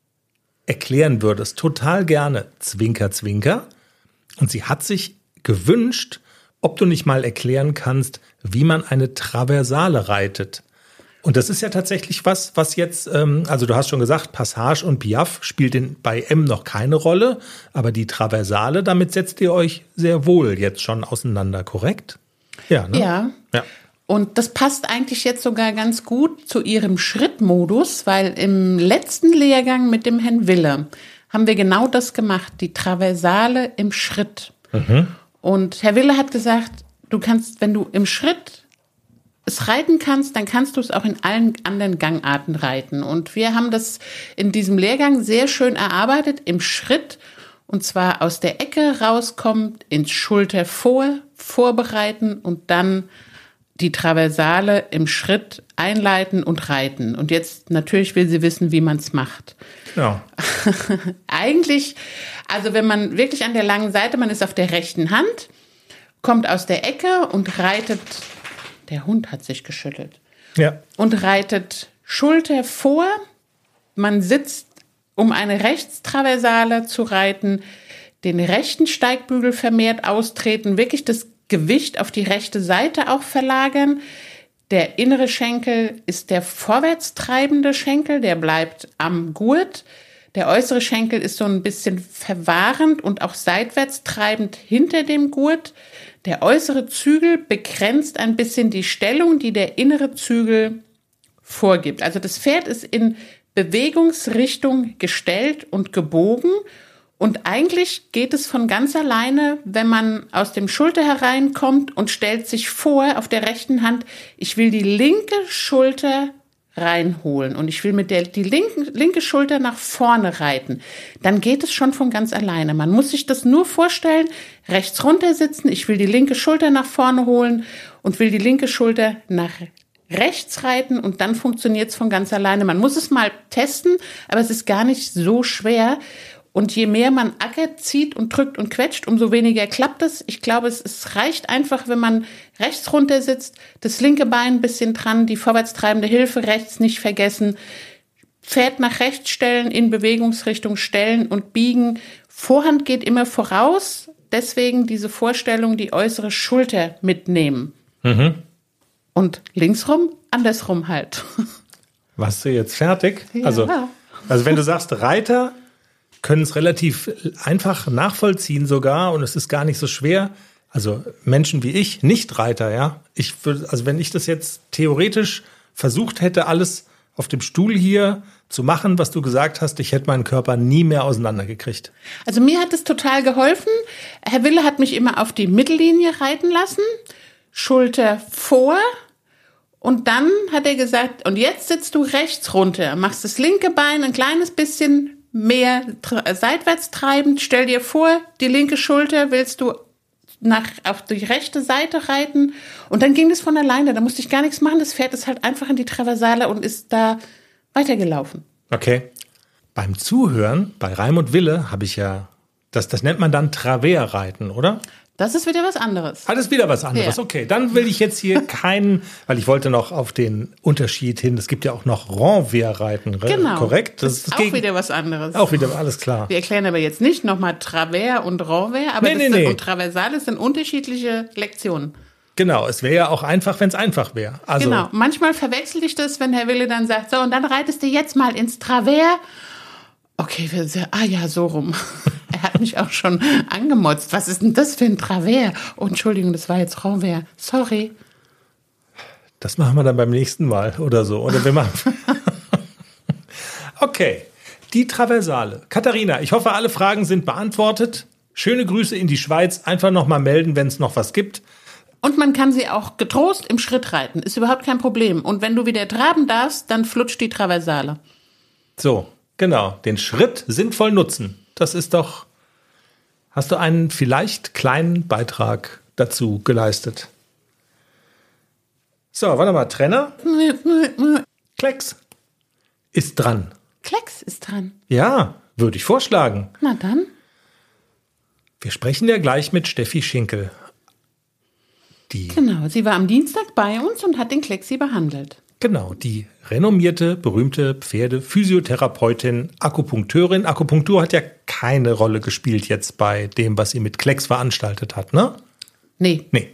erklären würdest. Total gerne. Zwinker, zwinker. Und sie hat sich gewünscht, ob du nicht mal erklären kannst, wie man eine Traversale reitet. Und das ist ja tatsächlich was, was jetzt, ähm, also du hast schon gesagt, Passage und Piaffe spielt in, bei M noch keine Rolle, aber die Traversale, damit setzt ihr euch sehr wohl jetzt schon auseinander, korrekt? Ja, ne? Ja. Ja. Und das passt eigentlich jetzt sogar ganz gut zu ihrem Schrittmodus, weil im letzten Lehrgang mit dem Herrn Wille haben wir genau das gemacht, die Traversale im Schritt. Mhm. Und Herr Wille hat gesagt, du kannst, wenn du im Schritt es reiten kannst, dann kannst du es auch in allen anderen Gangarten reiten. Und wir haben das in diesem Lehrgang sehr schön erarbeitet, im Schritt, und zwar aus der Ecke rauskommt, ins Schulter vor, vorbereiten und dann die Traversale im Schritt einleiten und reiten. Und jetzt natürlich will sie wissen, wie man es macht. Ja. Eigentlich, also wenn man wirklich an der langen Seite, man ist auf der rechten Hand, kommt aus der Ecke und reitet, der Hund hat sich geschüttelt, ja. und reitet Schulter vor. Man sitzt, um eine Rechtstraversale zu reiten, den rechten Steigbügel vermehrt austreten, wirklich das Gewicht auf die rechte Seite auch verlagern. Der innere Schenkel ist der vorwärts treibende Schenkel, der bleibt am Gurt. Der äußere Schenkel ist so ein bisschen verwahrend und auch seitwärts treibend hinter dem Gurt. Der äußere Zügel begrenzt ein bisschen die Stellung, die der innere Zügel vorgibt. Also das Pferd ist in Bewegungsrichtung gestellt und gebogen Und eigentlich geht es von ganz alleine, wenn man aus dem Schulter hereinkommt und stellt sich vor, auf der rechten Hand, ich will die linke Schulter reinholen und ich will mit der die linken, linke Schulter nach vorne reiten. Dann geht es schon von ganz alleine. Man muss sich das nur vorstellen, rechts runter sitzen, ich will die linke Schulter nach vorne holen und will die linke Schulter nach rechts reiten und dann funktioniert es von ganz alleine. Man muss es mal testen, aber es ist gar nicht so schwer. Und je mehr man ackert, zieht und drückt und quetscht, umso weniger klappt es. Ich glaube, es, es reicht einfach, wenn man rechts runter sitzt, das linke Bein ein bisschen dran, die vorwärtstreibende Hilfe rechts nicht vergessen, Pferd nach rechts stellen, in Bewegungsrichtung stellen und biegen. Vorhand geht immer voraus, deswegen diese Vorstellung, die äußere Schulter mitnehmen. Mhm. Und linksrum, andersrum halt. Warst du jetzt fertig? Ja. Also, also wenn du sagst Reiter, können es relativ einfach nachvollziehen sogar und es ist gar nicht so schwer. Also Menschen wie ich, Nicht-Reiter, ja. Ich würde, also wenn ich das jetzt theoretisch versucht hätte, alles auf dem Stuhl hier zu machen, was du gesagt hast, ich hätte meinen Körper nie mehr auseinandergekriegt. Also mir hat es total geholfen. Herr Wille hat mich immer auf die Mittellinie reiten lassen, Schulter vor. Und dann hat er gesagt, und jetzt sitzt du rechts runter, machst das linke Bein ein kleines bisschen mehr tra- seitwärts treibend. Stell dir vor, die linke Schulter willst du nach, auf die rechte Seite reiten. Und dann ging das von alleine. Da musste ich gar nichts machen. Das Pferd ist halt einfach in die Traversale und ist da weitergelaufen. Okay. Beim Zuhören, bei Reim und Wille, habe ich ja, das, das nennt man dann Travers-Reiten, oder? Das ist wieder was anderes. Ah, das ist wieder was anderes. Ja. Okay, dann will ich jetzt hier keinen, weil ich wollte noch auf den Unterschied hin. Es gibt ja auch noch Renvers-Reiten, genau. Korrekt? Das, das ist auch gegen, wieder was anderes. Auch wieder, alles klar. Wir erklären aber jetzt nicht nochmal Travers und Renvers, aber nee, das nee, sind, nee. und Traversale sind unterschiedliche Lektionen. Genau, es wäre ja auch einfach, wenn es einfach wäre. Also, genau, manchmal verwechsel ich das, wenn Herr Wille dann sagt, so, und dann reitest du jetzt mal ins Travers. Okay, wir sagen, ah ja, so rum. Er hat mich auch schon angemotzt. Was ist denn das für ein Travers? Oh, Entschuldigung, das war jetzt Renvers. Sorry. Das machen wir dann beim nächsten Mal oder so. Oder wir machen. Okay, die Traversale. Katharina, ich hoffe, alle Fragen sind beantwortet. Schöne Grüße in die Schweiz. Einfach noch mal melden, wenn es noch was gibt. Und man kann sie auch getrost im Schritt reiten. Ist überhaupt kein Problem. Und wenn du wieder traben darfst, dann flutscht die Traversale. So, genau. Den Schritt sinnvoll nutzen. Das ist doch. Hast du einen vielleicht kleinen Beitrag dazu geleistet? So, warte mal. Trenner. Klecks ist dran. Klecks ist dran. Ja, würde ich vorschlagen. Na dann. Wir sprechen ja gleich mit Steffi Schinkel. Die, genau, sie war am Dienstag bei uns und hat den Klecksi behandelt. Genau, die renommierte, berühmte Pferde-Physiotherapeutin, Akupunkteurin. Akupunktur hat ja keine Rolle gespielt jetzt bei dem, was sie mit Klecks veranstaltet hat, ne? Nee. Nee.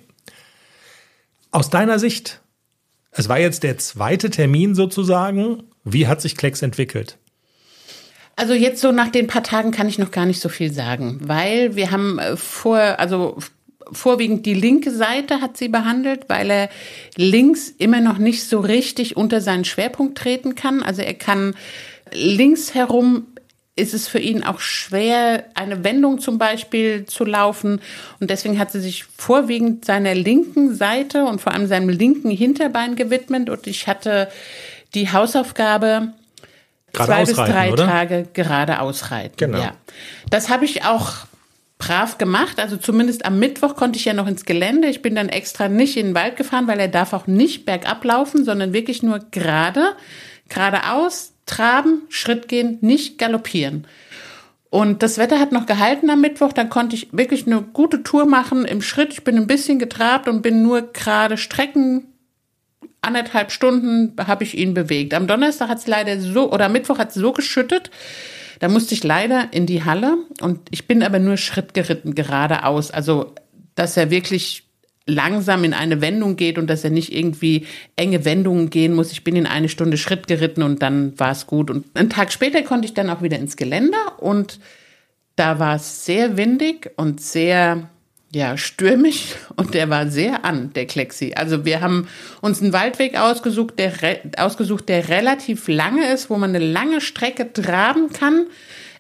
Aus deiner Sicht, es war jetzt der zweite Termin sozusagen. Wie hat sich Klecks entwickelt? Also jetzt so nach den paar Tagen kann ich noch gar nicht so viel sagen, weil wir haben vor, also vorwiegend die linke Seite hat sie behandelt, weil er links immer noch nicht so richtig unter seinen Schwerpunkt treten kann. Also er kann links herum, ist es für ihn auch schwer, eine Wendung zum Beispiel zu laufen. Und deswegen hat sie sich vorwiegend seiner linken Seite und vor allem seinem linken Hinterbein gewidmet. Und ich hatte die Hausaufgabe, Gerade zwei bis drei oder? Tage gerade ausreiten. Genau. Ja. Das habe ich auch brav gemacht. Also zumindest am Mittwoch konnte ich ja noch ins Gelände. Ich bin dann extra nicht in den Wald gefahren, weil er darf auch nicht bergab laufen, sondern wirklich nur gerade, geradeaus, traben, Schritt gehen, nicht galoppieren. Und das Wetter hat noch gehalten am Mittwoch. Dann konnte ich wirklich eine gute Tour machen im Schritt. Ich bin ein bisschen getrabt und bin nur gerade Strecken, anderthalb Stunden habe ich ihn bewegt. Am Donnerstag hat es leider so, oder am Mittwoch hat es so geschüttet, da musste ich leider in die Halle und ich bin aber nur Schritt geritten, geradeaus. Also, dass er wirklich langsam in eine Wendung geht und dass er nicht irgendwie enge Wendungen gehen muss. Ich bin in eine Stunde Schritt geritten und dann war es gut. Und einen Tag später konnte ich dann auch wieder ins Gelände und da war es sehr windig und sehr, ja, stürmisch und der war sehr an, der Klecksi. Also wir haben uns einen Waldweg ausgesucht, der, re- ausgesucht, der relativ lange ist, wo man eine lange Strecke traben kann.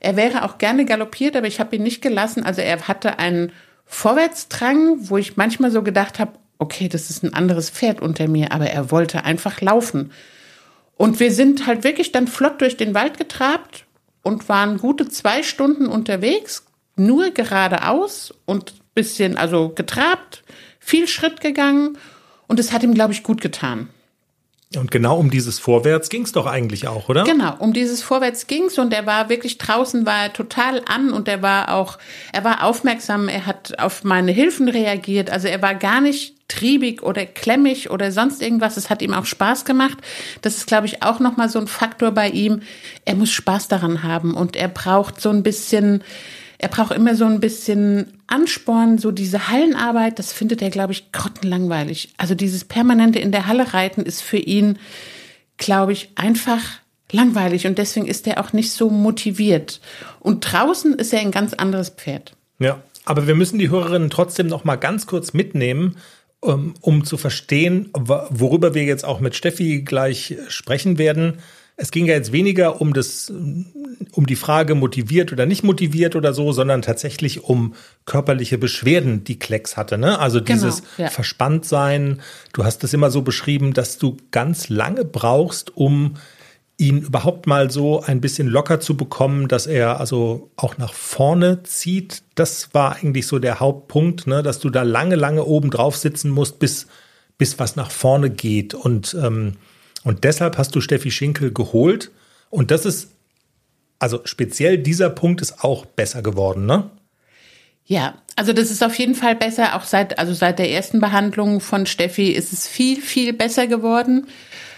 Er wäre auch gerne galoppiert, aber ich habe ihn nicht gelassen. Also er hatte einen Vorwärtsdrang, wo ich manchmal so gedacht habe, okay, das ist ein anderes Pferd unter mir, aber er wollte einfach laufen. Und wir sind halt wirklich dann flott durch den Wald getrabt und waren gute zwei Stunden unterwegs, nur geradeaus und bisschen, also getrabt, viel Schritt gegangen und es hat ihm, glaube ich, gut getan. Und genau um dieses Vorwärts ging es doch eigentlich auch, oder? Genau, um dieses Vorwärts ging's und er war wirklich draußen, war er total an und er war auch, er war aufmerksam, er hat auf meine Hilfen reagiert, also er war gar nicht triebig oder klemmig oder sonst irgendwas, es hat ihm auch Spaß gemacht. Das ist, glaube ich, auch nochmal so ein Faktor bei ihm. Er muss Spaß daran haben und er braucht so ein bisschen, er braucht immer so ein bisschen Ansporn, so diese Hallenarbeit, das findet er, glaube ich, grottenlangweilig. Also dieses permanente in der Halle reiten ist für ihn, glaube ich, einfach langweilig und deswegen ist er auch nicht so motiviert. Und draußen ist er ein ganz anderes Pferd. Ja, aber wir müssen die Hörerinnen trotzdem noch mal ganz kurz mitnehmen, um, um zu verstehen, worüber wir jetzt auch mit Steffi gleich sprechen werden. Es ging ja jetzt weniger um das, um die Frage motiviert oder nicht motiviert oder so, sondern tatsächlich um körperliche Beschwerden, die Klecks hatte, ne? Also dieses genau, ja. Verspanntsein. Du hast es immer so beschrieben, dass du ganz lange brauchst, um ihn überhaupt mal so ein bisschen locker zu bekommen, dass er also auch nach vorne zieht. Das war eigentlich so der Hauptpunkt, ne? Dass du da lange, lange oben drauf sitzen musst, bis, bis was nach vorne geht. Und, ähm, und deshalb hast du Steffi Schinkel geholt. Und das ist, also speziell dieser Punkt ist auch besser geworden, ne? Ja, also das ist auf jeden Fall besser. Auch seit, also seit der ersten Behandlung von Steffi ist es viel, viel besser geworden.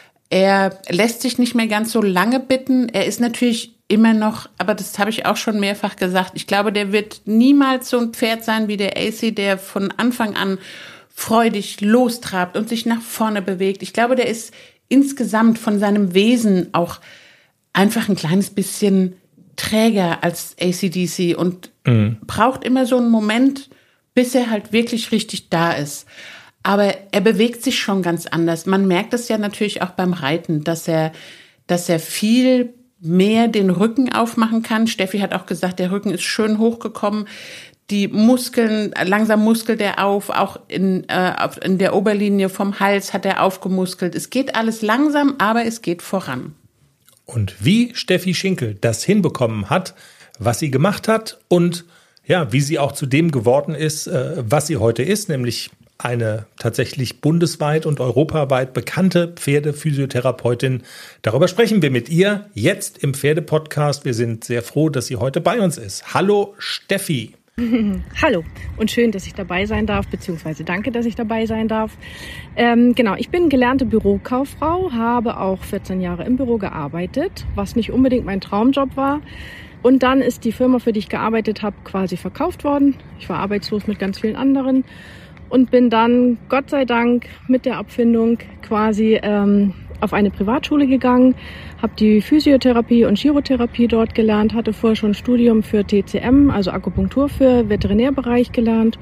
Er lässt sich nicht mehr ganz so lange bitten. Er ist natürlich immer noch, aber das habe ich auch schon mehrfach gesagt, ich glaube, der wird niemals so ein Pferd sein wie der A C, der von Anfang an freudig lostrabt und sich nach vorne bewegt. Ich glaube, der ist insgesamt von seinem Wesen auch einfach ein kleines bisschen träger als A C D C und mhm. braucht immer so einen Moment, bis er halt wirklich richtig da ist. Aber er bewegt sich schon ganz anders. Man merkt es ja natürlich auch beim Reiten, dass er, dass er viel mehr den Rücken aufmachen kann. Steffi hat auch gesagt, der Rücken ist schön hochgekommen. Die Muskeln, langsam muskelt er auf, auch in, äh, in der Oberlinie vom Hals hat er aufgemuskelt. Es geht alles langsam, aber es geht voran. Und wie Steffi Schinkel das hinbekommen hat, was sie gemacht hat und ja, wie sie auch zu dem geworden ist, äh, was sie heute ist, nämlich eine tatsächlich bundesweit und europaweit bekannte Pferdephysiotherapeutin. Darüber sprechen wir mit ihr jetzt im Pferdepodcast. Wir sind sehr froh, dass sie heute bei uns ist. Hallo Steffi. Hallo und schön, dass ich dabei sein darf, beziehungsweise danke, dass ich dabei sein darf. Ähm, genau, ich bin gelernte Bürokauffrau, habe auch vierzehn Jahre im Büro gearbeitet, was nicht unbedingt mein Traumjob war. Und dann ist die Firma, für die ich gearbeitet habe, quasi verkauft worden. Ich war arbeitslos mit ganz vielen anderen und bin dann, Gott sei Dank, mit der Abfindung quasi ähm, auf eine Privatschule gegangen, habe die Physiotherapie und Chirotherapie dort gelernt, hatte vorher schon ein Studium für T C M, also Akupunktur für Veterinärbereich gelernt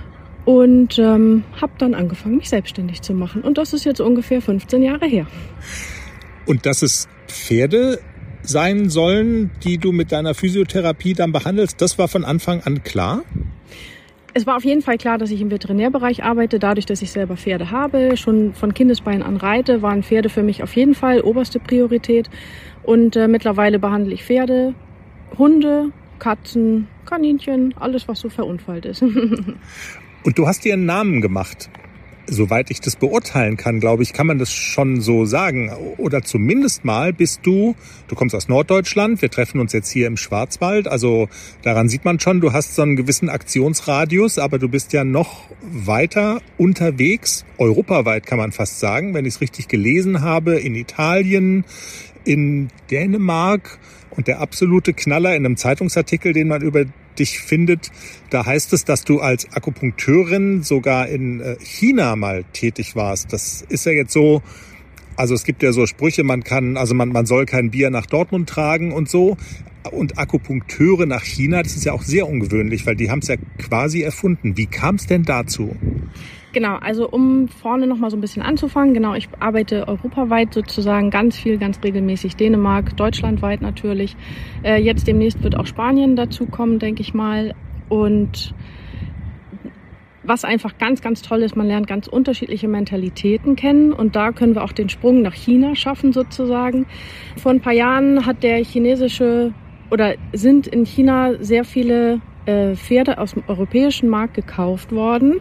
und ähm, habe dann angefangen, mich selbstständig zu machen. Und das ist jetzt ungefähr fünfzehn Jahre her. Und dass es Pferde sein sollen, die du mit deiner Physiotherapie dann behandelst, das war von Anfang an klar? Es war auf jeden Fall klar, dass ich im Veterinärbereich arbeite. Dadurch, dass ich selber Pferde habe, schon von Kindesbeinen an reite, waren Pferde für mich auf jeden Fall oberste Priorität. Und äh, mittlerweile behandle ich Pferde, Hunde, Katzen, Kaninchen, alles, was so verunfallt ist. Und du hast dir einen Namen gemacht. Soweit ich das beurteilen kann, glaube ich, kann man das schon so sagen. Oder zumindest mal bist du, du kommst aus Norddeutschland, wir treffen uns jetzt hier im Schwarzwald, also daran sieht man schon, du hast so einen gewissen Aktionsradius, aber du bist ja noch weiter unterwegs, europaweit kann man fast sagen, wenn ich es richtig gelesen habe, in Italien, in Dänemark. Und der absolute Knaller in einem Zeitungsartikel, den man über dich findet, da heißt es, dass du als Akupunkteurin sogar in China mal tätig warst. Das ist ja jetzt so, also es gibt ja so Sprüche, man kann, also man, man soll kein Bier nach Dortmund tragen und so. Und Akupunkteure nach China, das ist ja auch sehr ungewöhnlich, weil die haben es ja quasi erfunden. Wie kam es denn dazu? Genau, also um vorne nochmal so ein bisschen anzufangen, genau, ich arbeite europaweit sozusagen ganz viel, ganz regelmäßig, Dänemark, deutschlandweit natürlich. Äh, jetzt demnächst wird auch Spanien dazu kommen, denke ich mal. Und was einfach ganz, ganz toll ist, man lernt ganz unterschiedliche Mentalitäten kennen und da können wir auch den Sprung nach China schaffen sozusagen. Vor ein paar Jahren hat der chinesische oder sind in China sehr viele äh, Pferde aus dem europäischen Markt gekauft worden.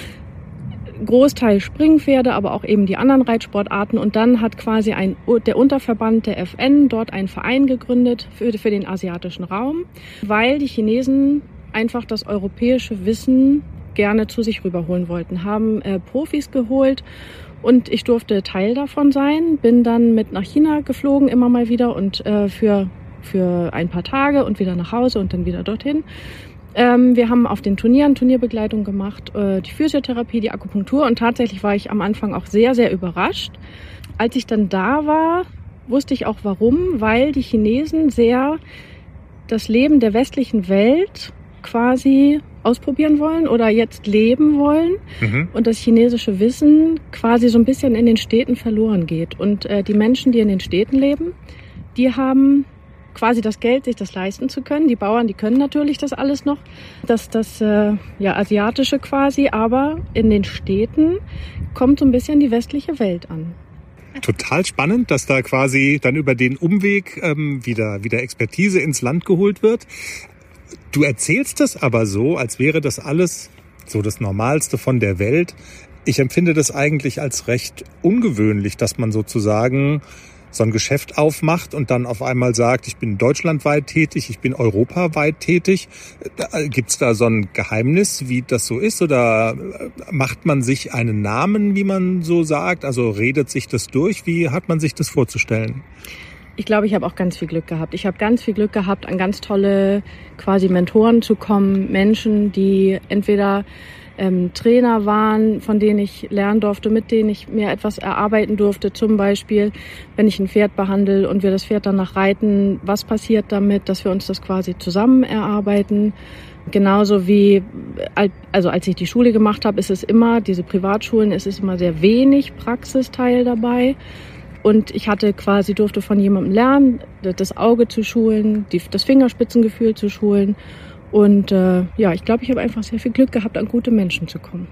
Großteil Springpferde, aber auch eben die anderen Reitsportarten. Und dann hat quasi ein, der Unterverband der F N dort einen Verein gegründet für, für den asiatischen Raum, weil die Chinesen einfach das europäische Wissen gerne zu sich rüberholen wollten, haben äh, Profis geholt und ich durfte Teil davon sein, bin dann mit nach China geflogen immer mal wieder und äh, für, für ein paar Tage und wieder nach Hause und dann wieder dorthin. Ähm, wir haben auf den Turnieren Turnierbegleitung gemacht, äh, die Physiotherapie, die Akupunktur und tatsächlich war ich am Anfang auch sehr, sehr überrascht. Als ich dann da war, wusste ich auch warum, weil die Chinesen sehr das Leben der westlichen Welt quasi ausprobieren wollen oder jetzt leben wollen mhm. und das chinesische Wissen quasi so ein bisschen in den Städten verloren geht. Und äh, die Menschen, die in den Städten leben, die haben quasi das Geld, sich das leisten zu können. Die Bauern, die können natürlich das alles noch, das, das äh, ja, Asiatische quasi, aber in den Städten kommt so ein bisschen die westliche Welt an. Total spannend, dass da quasi dann über den Umweg ähm, wieder, wieder Expertise ins Land geholt wird. Du erzählst das aber so, als wäre das alles so das Normalste von der Welt. Ich empfinde das eigentlich als recht ungewöhnlich, dass man sozusagen so ein Geschäft aufmacht und dann auf einmal sagt, ich bin deutschlandweit tätig, ich bin europaweit tätig. Gibt's da so ein Geheimnis, wie das so ist? Oder macht man sich einen Namen, wie man so sagt? Also redet sich das durch? Wie hat man sich das vorzustellen? Ich glaube, ich habe auch ganz viel Glück gehabt. Ich habe ganz viel Glück gehabt, an ganz tolle quasi Mentoren zu kommen. Menschen, die entweder ähm, Trainer waren, von denen ich lernen durfte, mit denen ich mir etwas erarbeiten durfte. Zum Beispiel, wenn ich ein Pferd behandle und wir das Pferd danach reiten, was passiert damit, dass wir uns das quasi zusammen erarbeiten. Genauso wie, also als ich die Schule gemacht habe, ist es immer, diese Privatschulen, ist es immer sehr wenig Praxisteil dabei. Und ich hatte quasi, durfte von jemandem lernen, das Auge zu schulen, die, das Fingerspitzengefühl zu schulen. Und äh, ja, ich glaube, ich habe einfach sehr viel Glück gehabt, an gute Menschen zu kommen.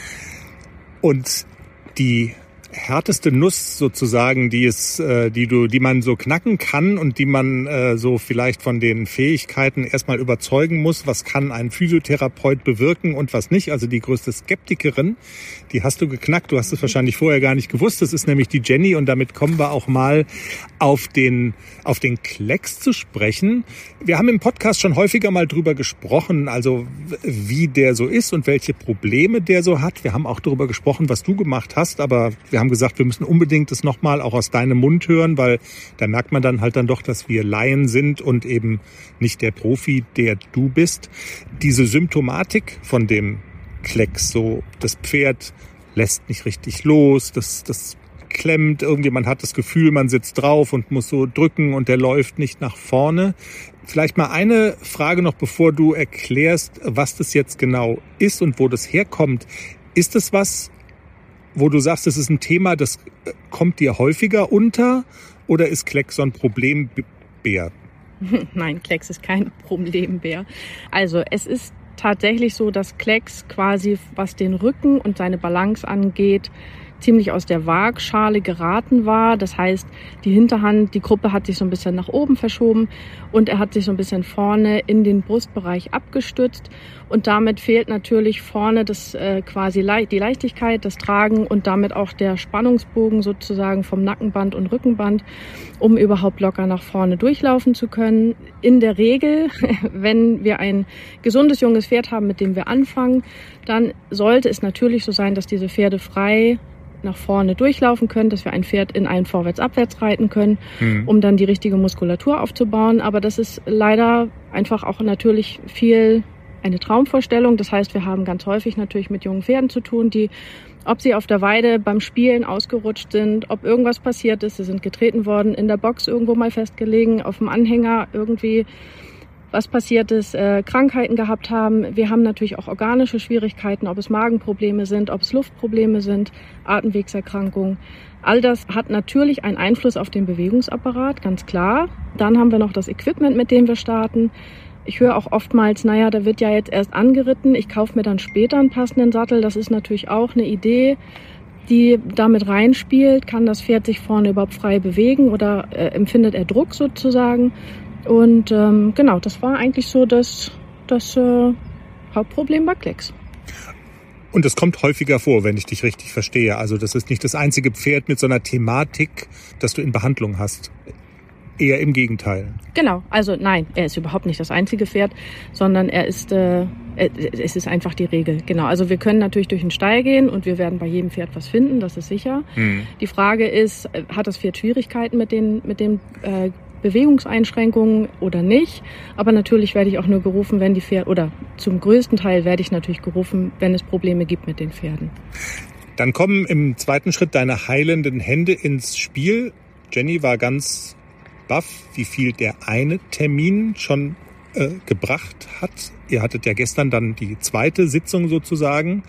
Und die härteste Nuss sozusagen, die es, äh, die du, die man so knacken kann und die man äh, so vielleicht von den Fähigkeiten erstmal überzeugen muss, was kann ein Physiotherapeut bewirken und was nicht. Also die größte Skeptikerin, die hast du geknackt. Du hast es wahrscheinlich vorher gar nicht gewusst. Das ist nämlich die Jenny und damit kommen wir auch mal auf den auf den Klecks zu sprechen. Wir haben im Podcast schon häufiger mal drüber gesprochen, also wie der so ist und welche Probleme der so hat. Wir haben auch darüber gesprochen, was du gemacht hast, aber wir haben gesagt, wir müssen unbedingt das nochmal auch aus deinem Mund hören, weil da merkt man dann halt dann doch, dass wir Laien sind und eben nicht der Profi, der du bist. Diese Symptomatik von dem Klecks, so das Pferd lässt nicht richtig los, das, das klemmt, irgendwie man hat das Gefühl, man sitzt drauf und muss so drücken und der läuft nicht nach vorne. Vielleicht mal eine Frage noch, bevor du erklärst, was das jetzt genau ist und wo das herkommt. Ist das was, wo du sagst, das ist ein Thema, das kommt dir häufiger unter, oder ist Klecks so ein Problembär? Nein, Klecks ist kein Problembär. Also es ist tatsächlich so, dass Klecks quasi, was den Rücken und seine Balance angeht, ziemlich aus der Waagschale geraten war. Das heißt, die Hinterhand, die Gruppe hat sich so ein bisschen nach oben verschoben und er hat sich so ein bisschen vorne in den Brustbereich abgestützt. Und damit fehlt natürlich vorne das äh, quasi le- die Leichtigkeit, das Tragen und damit auch der Spannungsbogen sozusagen vom Nackenband und Rückenband, um überhaupt locker nach vorne durchlaufen zu können. In der Regel, wenn wir ein gesundes junges Pferd haben, mit dem wir anfangen, dann sollte es natürlich so sein, dass diese Pferde frei nach vorne durchlaufen können, dass wir ein Pferd in ein Vorwärts-Abwärts reiten können, mhm. um dann die richtige Muskulatur aufzubauen. Aber das ist leider einfach auch natürlich viel eine Traumvorstellung. Das heißt, wir haben ganz häufig natürlich mit jungen Pferden zu tun, die, ob sie auf der Weide beim Spielen ausgerutscht sind, ob irgendwas passiert ist, sie sind getreten worden, in der Box irgendwo mal festgelegen, auf dem Anhänger irgendwie was passiert ist, äh, Krankheiten gehabt haben. Wir haben natürlich auch organische Schwierigkeiten, ob es Magenprobleme sind, ob es Luftprobleme sind, Atemwegserkrankungen. All das hat natürlich einen Einfluss auf den Bewegungsapparat, ganz klar. Dann haben wir noch das Equipment, mit dem wir starten. Ich höre auch oftmals, naja, da wird ja jetzt erst angeritten, ich kaufe mir dann später einen passenden Sattel. Das ist natürlich auch eine Idee, die damit reinspielt. Kann das Pferd sich vorne überhaupt frei bewegen oder äh, empfindet er Druck sozusagen? Und ähm, genau, das war eigentlich so das, das äh, Hauptproblem bei Klecks. Und es kommt häufiger vor, wenn ich dich richtig verstehe. Also das ist nicht das einzige Pferd mit so einer Thematik, das du in Behandlung hast. Eher im Gegenteil. Genau, also nein, er ist überhaupt nicht das einzige Pferd, sondern er ist, äh, es ist einfach die Regel. Genau, also wir können natürlich durch den Stall gehen und wir werden bei jedem Pferd was finden, das ist sicher. Hm. Die Frage ist, hat das Pferd Schwierigkeiten mit den, mit den äh, Bewegungseinschränkungen oder nicht? Aber natürlich werde ich auch nur gerufen, wenn die Pferde, oder zum größten Teil werde ich natürlich gerufen, wenn es Probleme gibt mit den Pferden. Dann kommen im zweiten Schritt deine heilenden Hände ins Spiel. Jenny war ganz baff, wie viel der eine Termin schon äh, gebracht hat. Ihr hattet ja gestern dann die zweite Sitzung sozusagen.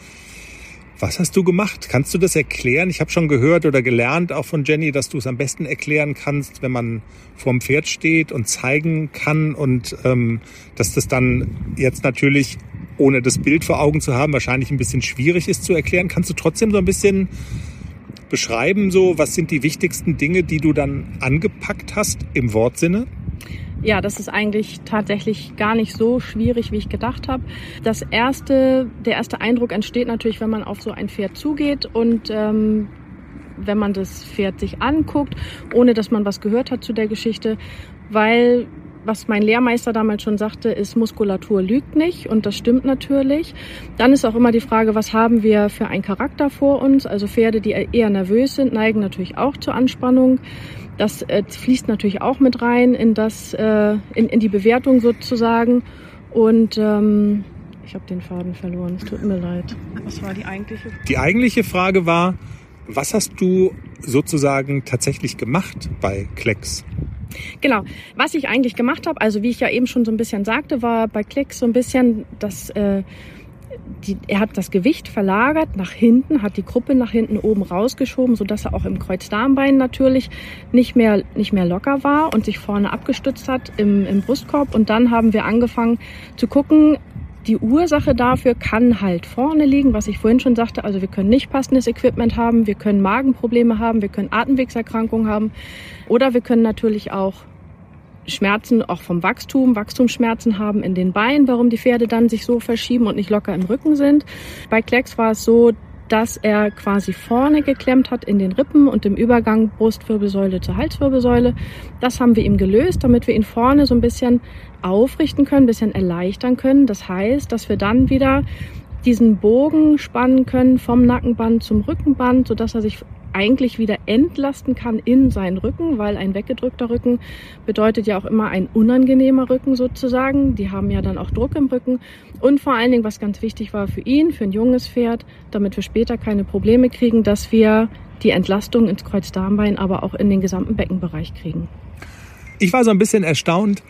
Was hast du gemacht? Kannst du das erklären? Ich habe schon gehört oder gelernt auch von Jenny, dass du es am besten erklären kannst, wenn man vorm Pferd steht und zeigen kann und ähm, dass das dann jetzt natürlich, ohne das Bild vor Augen zu haben, wahrscheinlich ein bisschen schwierig ist zu erklären. Kannst du trotzdem so ein bisschen beschreiben, so was sind die wichtigsten Dinge, die du dann angepackt hast im Wortsinne? Ja, das ist eigentlich tatsächlich gar nicht so schwierig, wie ich gedacht habe. Das erste, der erste Eindruck entsteht natürlich, wenn man auf so ein Pferd zugeht und ähm, wenn man das Pferd sich anguckt, ohne dass man was gehört hat zu der Geschichte, weil was mein Lehrmeister damals schon sagte, ist, Muskulatur lügt nicht und das stimmt natürlich. Dann ist auch immer die Frage, was haben wir für einen Charakter vor uns? Also Pferde, die eher nervös sind, neigen natürlich auch zur Anspannung. Das äh, fließt natürlich auch mit rein in, das, äh, in, in die Bewertung sozusagen. Und ähm, ich habe den Faden verloren, es tut mir leid. Was war die eigentliche Frage? Die eigentliche Frage war, was hast du sozusagen tatsächlich gemacht bei Klecks? Genau, was ich eigentlich gemacht habe, also wie ich ja eben schon so ein bisschen sagte, war bei Klecks so ein bisschen, dass äh, die, er hat das Gewicht verlagert nach hinten, hat die Gruppe nach hinten oben rausgeschoben, sodass er auch im Kreuzdarmbein natürlich nicht mehr, nicht mehr locker war und sich vorne abgestützt hat im, im Brustkorb. Und dann haben wir angefangen zu gucken, die Ursache dafür kann halt vorne liegen, was ich vorhin schon sagte. Also wir können nicht passendes Equipment haben, wir können Magenprobleme haben, wir können Atemwegserkrankungen haben oder wir können natürlich auch Schmerzen auch vom Wachstum, Wachstumsschmerzen haben in den Beinen, warum die Pferde dann sich so verschieben und nicht locker im Rücken sind. Bei Klecks war es so, dass er quasi vorne geklemmt hat in den Rippen und im Übergang Brustwirbelsäule zur Halswirbelsäule. Das haben wir ihm gelöst, damit wir ihn vorne so ein bisschen aufrichten können, ein bisschen erleichtern können. Das heißt, dass wir dann wieder diesen Bogen spannen können vom Nackenband zum Rückenband, sodass er sich eigentlich wieder entlasten kann in seinen Rücken, weil ein weggedrückter Rücken bedeutet ja auch immer ein unangenehmer Rücken sozusagen. Die haben ja dann auch Druck im Rücken. Und vor allen Dingen, was ganz wichtig war für ihn, für ein junges Pferd, damit wir später keine Probleme kriegen, dass wir die Entlastung ins Kreuzdarmbein, aber auch in den gesamten Beckenbereich kriegen. Ich war so ein bisschen erstaunt,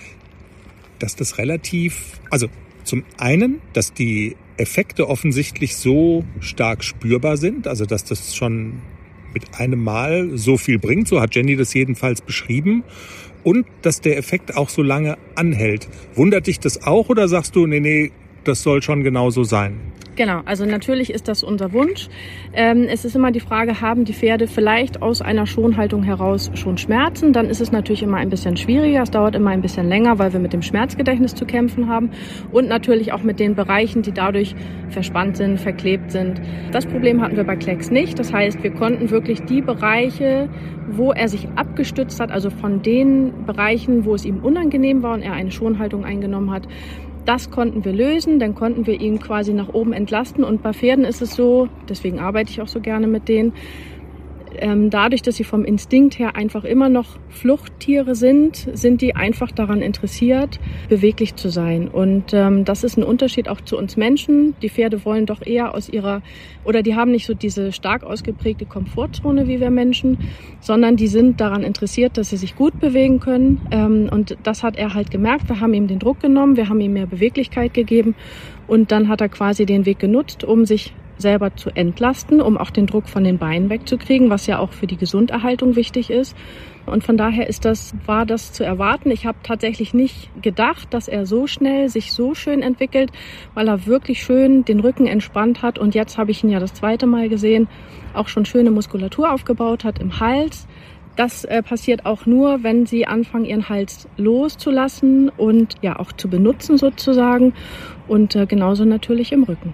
dass das relativ, also zum einen, dass die Effekte offensichtlich so stark spürbar sind, also dass das schon mit einem Mal so viel bringt, so hat Jenny das jedenfalls beschrieben, und dass der Effekt auch so lange anhält. Wundert dich das auch oder sagst du, nee, nee, das soll schon genauso sein? Genau, also natürlich ist das unser Wunsch. Ähm, es ist immer die Frage, haben die Pferde vielleicht aus einer Schonhaltung heraus schon Schmerzen? Dann ist es natürlich immer ein bisschen schwieriger. Es dauert immer ein bisschen länger, weil wir mit dem Schmerzgedächtnis zu kämpfen haben und natürlich auch mit den Bereichen, die dadurch verspannt sind, verklebt sind. Das Problem hatten wir bei Klecks nicht. Das heißt, wir konnten wirklich die Bereiche, wo er sich abgestützt hat, also von den Bereichen, wo es ihm unangenehm war und er eine Schonhaltung eingenommen hat, das konnten wir lösen, dann konnten wir ihn quasi nach oben entlasten. Und bei Pferden ist es so, deswegen arbeite ich auch so gerne mit denen, Ähm, dadurch, dass sie vom Instinkt her einfach immer noch Fluchttiere sind, sind die einfach daran interessiert, beweglich zu sein. Und ähm, das ist ein Unterschied auch zu uns Menschen. Die Pferde wollen doch eher aus ihrer, oder die haben nicht so diese stark ausgeprägte Komfortzone wie wir Menschen, sondern die sind daran interessiert, dass sie sich gut bewegen können. Ähm, und das hat er halt gemerkt. Wir haben ihm den Druck genommen, wir haben ihm mehr Beweglichkeit gegeben und dann hat er quasi den Weg genutzt, um sich selber zu entlasten, um auch den Druck von den Beinen wegzukriegen, was ja auch für die Gesunderhaltung wichtig ist. Und von daher ist das, war das zu erwarten. Ich habe tatsächlich nicht gedacht, dass er so schnell sich so schön entwickelt, weil er wirklich schön den Rücken entspannt hat. Und jetzt habe ich ihn ja das zweite Mal gesehen, auch schon schöne Muskulatur aufgebaut hat im Hals. Das äh, passiert auch nur, wenn sie anfangen, ihren Hals loszulassen und ja auch zu benutzen sozusagen. Und äh, genauso natürlich im Rücken.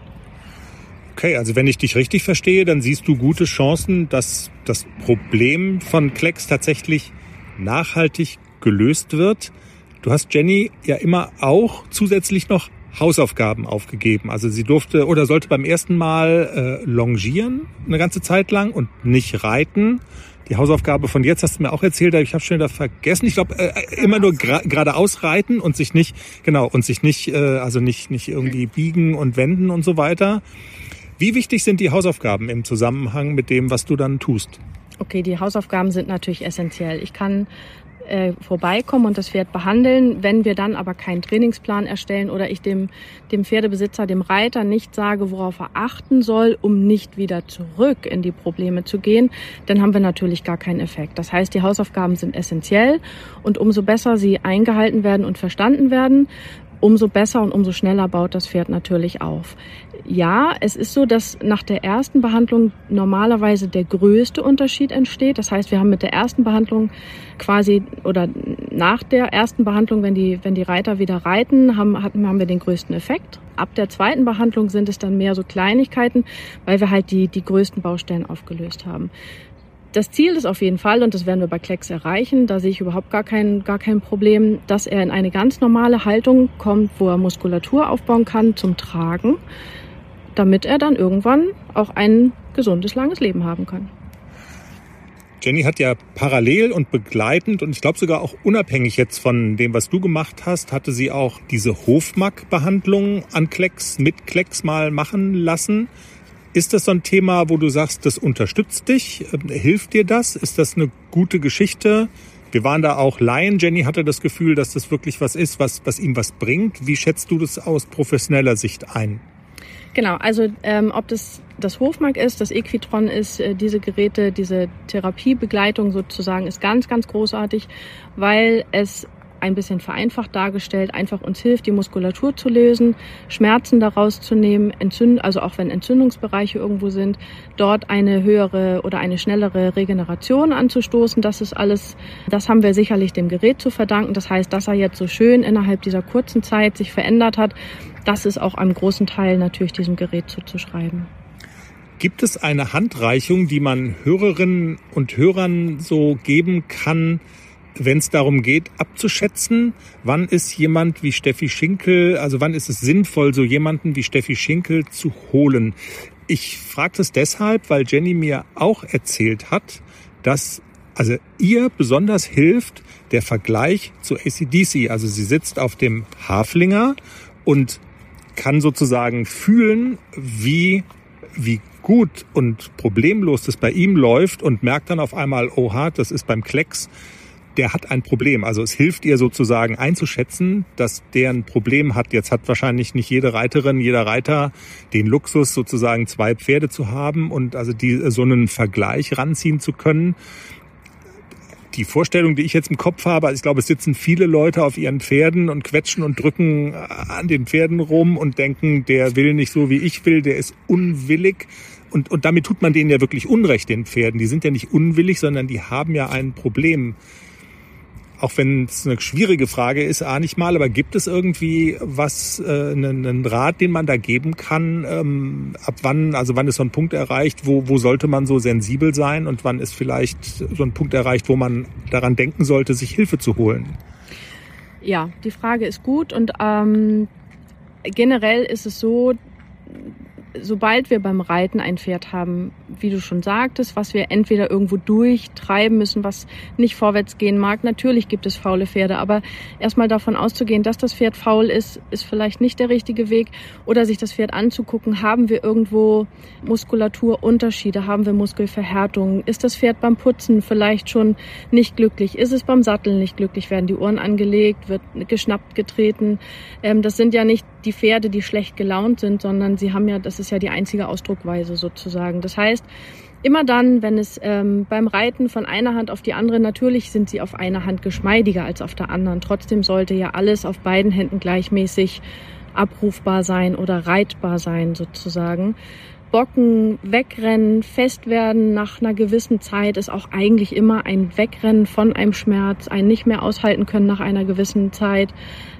Okay, also wenn ich dich richtig verstehe, dann siehst du gute Chancen, dass das Problem von Klecks tatsächlich nachhaltig gelöst wird. Du hast Jenny ja immer auch zusätzlich noch Hausaufgaben aufgegeben. Also sie durfte oder sollte beim ersten Mal äh, longieren eine ganze Zeit lang und nicht reiten. Die Hausaufgabe von jetzt hast du mir auch erzählt, ich habe schon wieder vergessen. Ich glaube, äh, immer nur gra- geradeaus reiten und sich nicht, genau, und sich nicht, äh, also nicht, nicht irgendwie biegen und wenden und so weiter. Wie wichtig sind die Hausaufgaben im Zusammenhang mit dem, was du dann tust? Okay, die Hausaufgaben sind natürlich essentiell. Ich kann äh, vorbeikommen und das Pferd behandeln. Wenn wir dann aber keinen Trainingsplan erstellen oder ich dem, dem Pferdebesitzer, dem Reiter nicht sage, worauf er achten soll, um nicht wieder zurück in die Probleme zu gehen, dann haben wir natürlich gar keinen Effekt. Das heißt, die Hausaufgaben sind essentiell und umso besser sie eingehalten werden und verstanden werden, umso besser und umso schneller baut das Pferd natürlich auf. Ja, es ist so, dass nach der ersten Behandlung normalerweise der größte Unterschied entsteht. Das heißt, wir haben mit der ersten Behandlung quasi oder nach der ersten Behandlung, wenn die, wenn die Reiter wieder reiten, haben, haben wir den größten Effekt. Ab der zweiten Behandlung sind es dann mehr so Kleinigkeiten, weil wir halt die, die größten Baustellen aufgelöst haben. Das Ziel ist auf jeden Fall, und das werden wir bei Klecks erreichen, da sehe ich überhaupt gar kein, gar kein Problem, dass er in eine ganz normale Haltung kommt, wo er Muskulatur aufbauen kann zum Tragen, damit er dann irgendwann auch ein gesundes, langes Leben haben kann. Jenny hat ja parallel und begleitend und ich glaube sogar auch unabhängig jetzt von dem, was du gemacht hast, hatte sie auch diese Hofmark-Behandlung an Klecks, mit Klecks mal machen lassen. Ist das so ein Thema, wo du sagst, das unterstützt dich? Hilft dir das? Ist das eine gute Geschichte? Wir waren da auch Laien. Jenny hatte das Gefühl, dass das wirklich was ist, was, was ihm was bringt. Wie schätzt du das aus professioneller Sicht ein? Genau, also ähm, ob das das Hofmark ist, das Equitron ist, äh, diese Geräte, diese Therapiebegleitung sozusagen ist ganz, ganz großartig, weil es ein bisschen vereinfacht dargestellt, einfach uns hilft, die Muskulatur zu lösen, Schmerzen daraus zu nehmen, Entzünd- also auch wenn Entzündungsbereiche irgendwo sind, dort eine höhere oder eine schnellere Regeneration anzustoßen. Das ist alles, das haben wir sicherlich dem Gerät zu verdanken. Das heißt, dass er jetzt so schön innerhalb dieser kurzen Zeit sich verändert hat, das ist auch einem großen Teil natürlich diesem Gerät zuzuschreiben. Gibt es eine Handreichung, die man Hörerinnen und Hörern so geben kann, wenn es darum geht, abzuschätzen, wann ist jemand wie Steffi Schinkel, also wann ist es sinnvoll, so jemanden wie Steffi Schinkel zu holen? Ich frage das deshalb, weil Jenny mir auch erzählt hat, dass also ihr besonders hilft der Vergleich zu A C D C. Also sie sitzt auf dem Haflinger und kann sozusagen fühlen, wie, wie gut und problemlos das bei ihm läuft und merkt dann auf einmal, oha, das ist beim Klecks, der hat ein Problem. Also es hilft ihr sozusagen einzuschätzen, dass der ein Problem hat. Jetzt hat wahrscheinlich nicht jede Reiterin, jeder Reiter den Luxus, sozusagen zwei Pferde zu haben und also die, so einen Vergleich ranziehen zu können. Die Vorstellung, die ich jetzt im Kopf habe, also ich glaube, es sitzen viele Leute auf ihren Pferden und quetschen und drücken an den Pferden rum und denken, der will nicht so, wie ich will, der ist unwillig. Und, und damit tut man denen ja wirklich Unrecht, den Pferden. Die sind ja nicht unwillig, sondern die haben ja ein Problem. Auch wenn es eine schwierige Frage ist, ahne ich mal, aber gibt es irgendwie was, äh, einen, einen Rat, den man da geben kann? Ähm, ab wann, also wann ist so ein Punkt erreicht, wo, wo sollte man so sensibel sein und wann ist vielleicht so ein Punkt erreicht, wo man daran denken sollte, sich Hilfe zu holen? Ja, die Frage ist gut und ähm, generell ist es so, sobald wir beim Reiten ein Pferd haben, wie du schon sagtest, was wir entweder irgendwo durchtreiben müssen, was nicht vorwärts gehen mag. Natürlich gibt es faule Pferde, aber erstmal davon auszugehen, dass das Pferd faul ist, ist vielleicht nicht der richtige Weg. Oder sich das Pferd anzugucken, haben wir irgendwo Muskulaturunterschiede, haben wir Muskelverhärtungen, ist das Pferd beim Putzen vielleicht schon nicht glücklich, ist es beim Satteln nicht glücklich, werden die Ohren angelegt, wird geschnappt, getreten. Ähm, das sind ja nicht die Pferde, die schlecht gelaunt sind, sondern sie haben ja, das ist ja die einzige Ausdruckweise sozusagen. Das heißt, immer dann, wenn es ähm, beim Reiten von einer Hand auf die andere, natürlich sind sie auf einer Hand geschmeidiger als auf der anderen. Trotzdem sollte ja alles auf beiden Händen gleichmäßig abrufbar sein oder reitbar sein sozusagen. Bocken, wegrennen, fest werden nach einer gewissen Zeit ist auch eigentlich immer ein Wegrennen von einem Schmerz, ein nicht mehr aushalten können nach einer gewissen Zeit.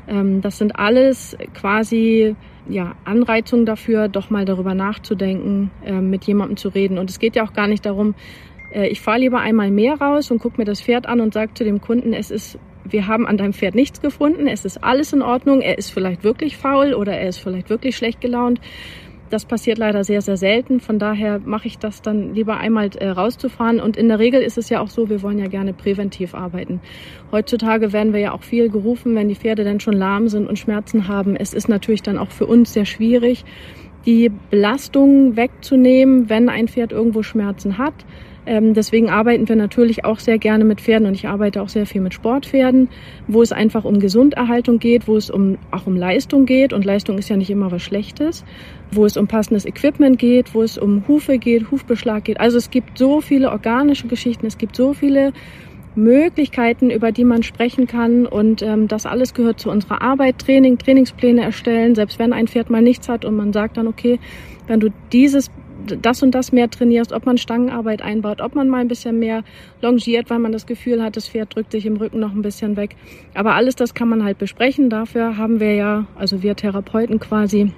Das sind alles quasi ja, Anreizungen dafür, doch mal darüber nachzudenken, mit jemandem zu reden. Und es geht ja auch gar nicht darum, ich fahre lieber einmal mehr raus und gucke mir das Pferd an und sage zu dem Kunden, es ist, wir haben an deinem Pferd nichts gefunden, es ist alles in Ordnung, er ist vielleicht wirklich faul oder er ist vielleicht wirklich schlecht gelaunt. Das passiert leider sehr, sehr selten. Von daher mache ich das dann lieber einmal äh, rauszufahren. Und in der Regel ist es ja auch so, wir wollen ja gerne präventiv arbeiten. Heutzutage werden wir ja auch viel gerufen, wenn die Pferde dann schon lahm sind und Schmerzen haben. Es ist natürlich dann auch für uns sehr schwierig, die Belastung wegzunehmen, wenn ein Pferd irgendwo Schmerzen hat. Ähm, deswegen arbeiten wir natürlich auch sehr gerne mit Pferden und ich arbeite auch sehr viel mit Sportpferden, wo es einfach um Gesunderhaltung geht, wo es um, auch um Leistung geht und Leistung ist ja nicht immer was Schlechtes, wo es um passendes Equipment geht, wo es um Hufe geht, Hufbeschlag geht. Also es gibt so viele organische Geschichten, es gibt so viele Möglichkeiten, über die man sprechen kann und ähm, das alles gehört zu unserer Arbeit, Training, Trainingspläne erstellen, selbst wenn ein Pferd mal nichts hat und man sagt dann, okay, wenn du dieses das und das mehr trainierst, ob man Stangenarbeit einbaut, ob man mal ein bisschen mehr longiert, weil man das Gefühl hat, das Pferd drückt sich im Rücken noch ein bisschen weg. Aber alles das kann man halt besprechen. Dafür haben wir ja, also wir Therapeuten quasi,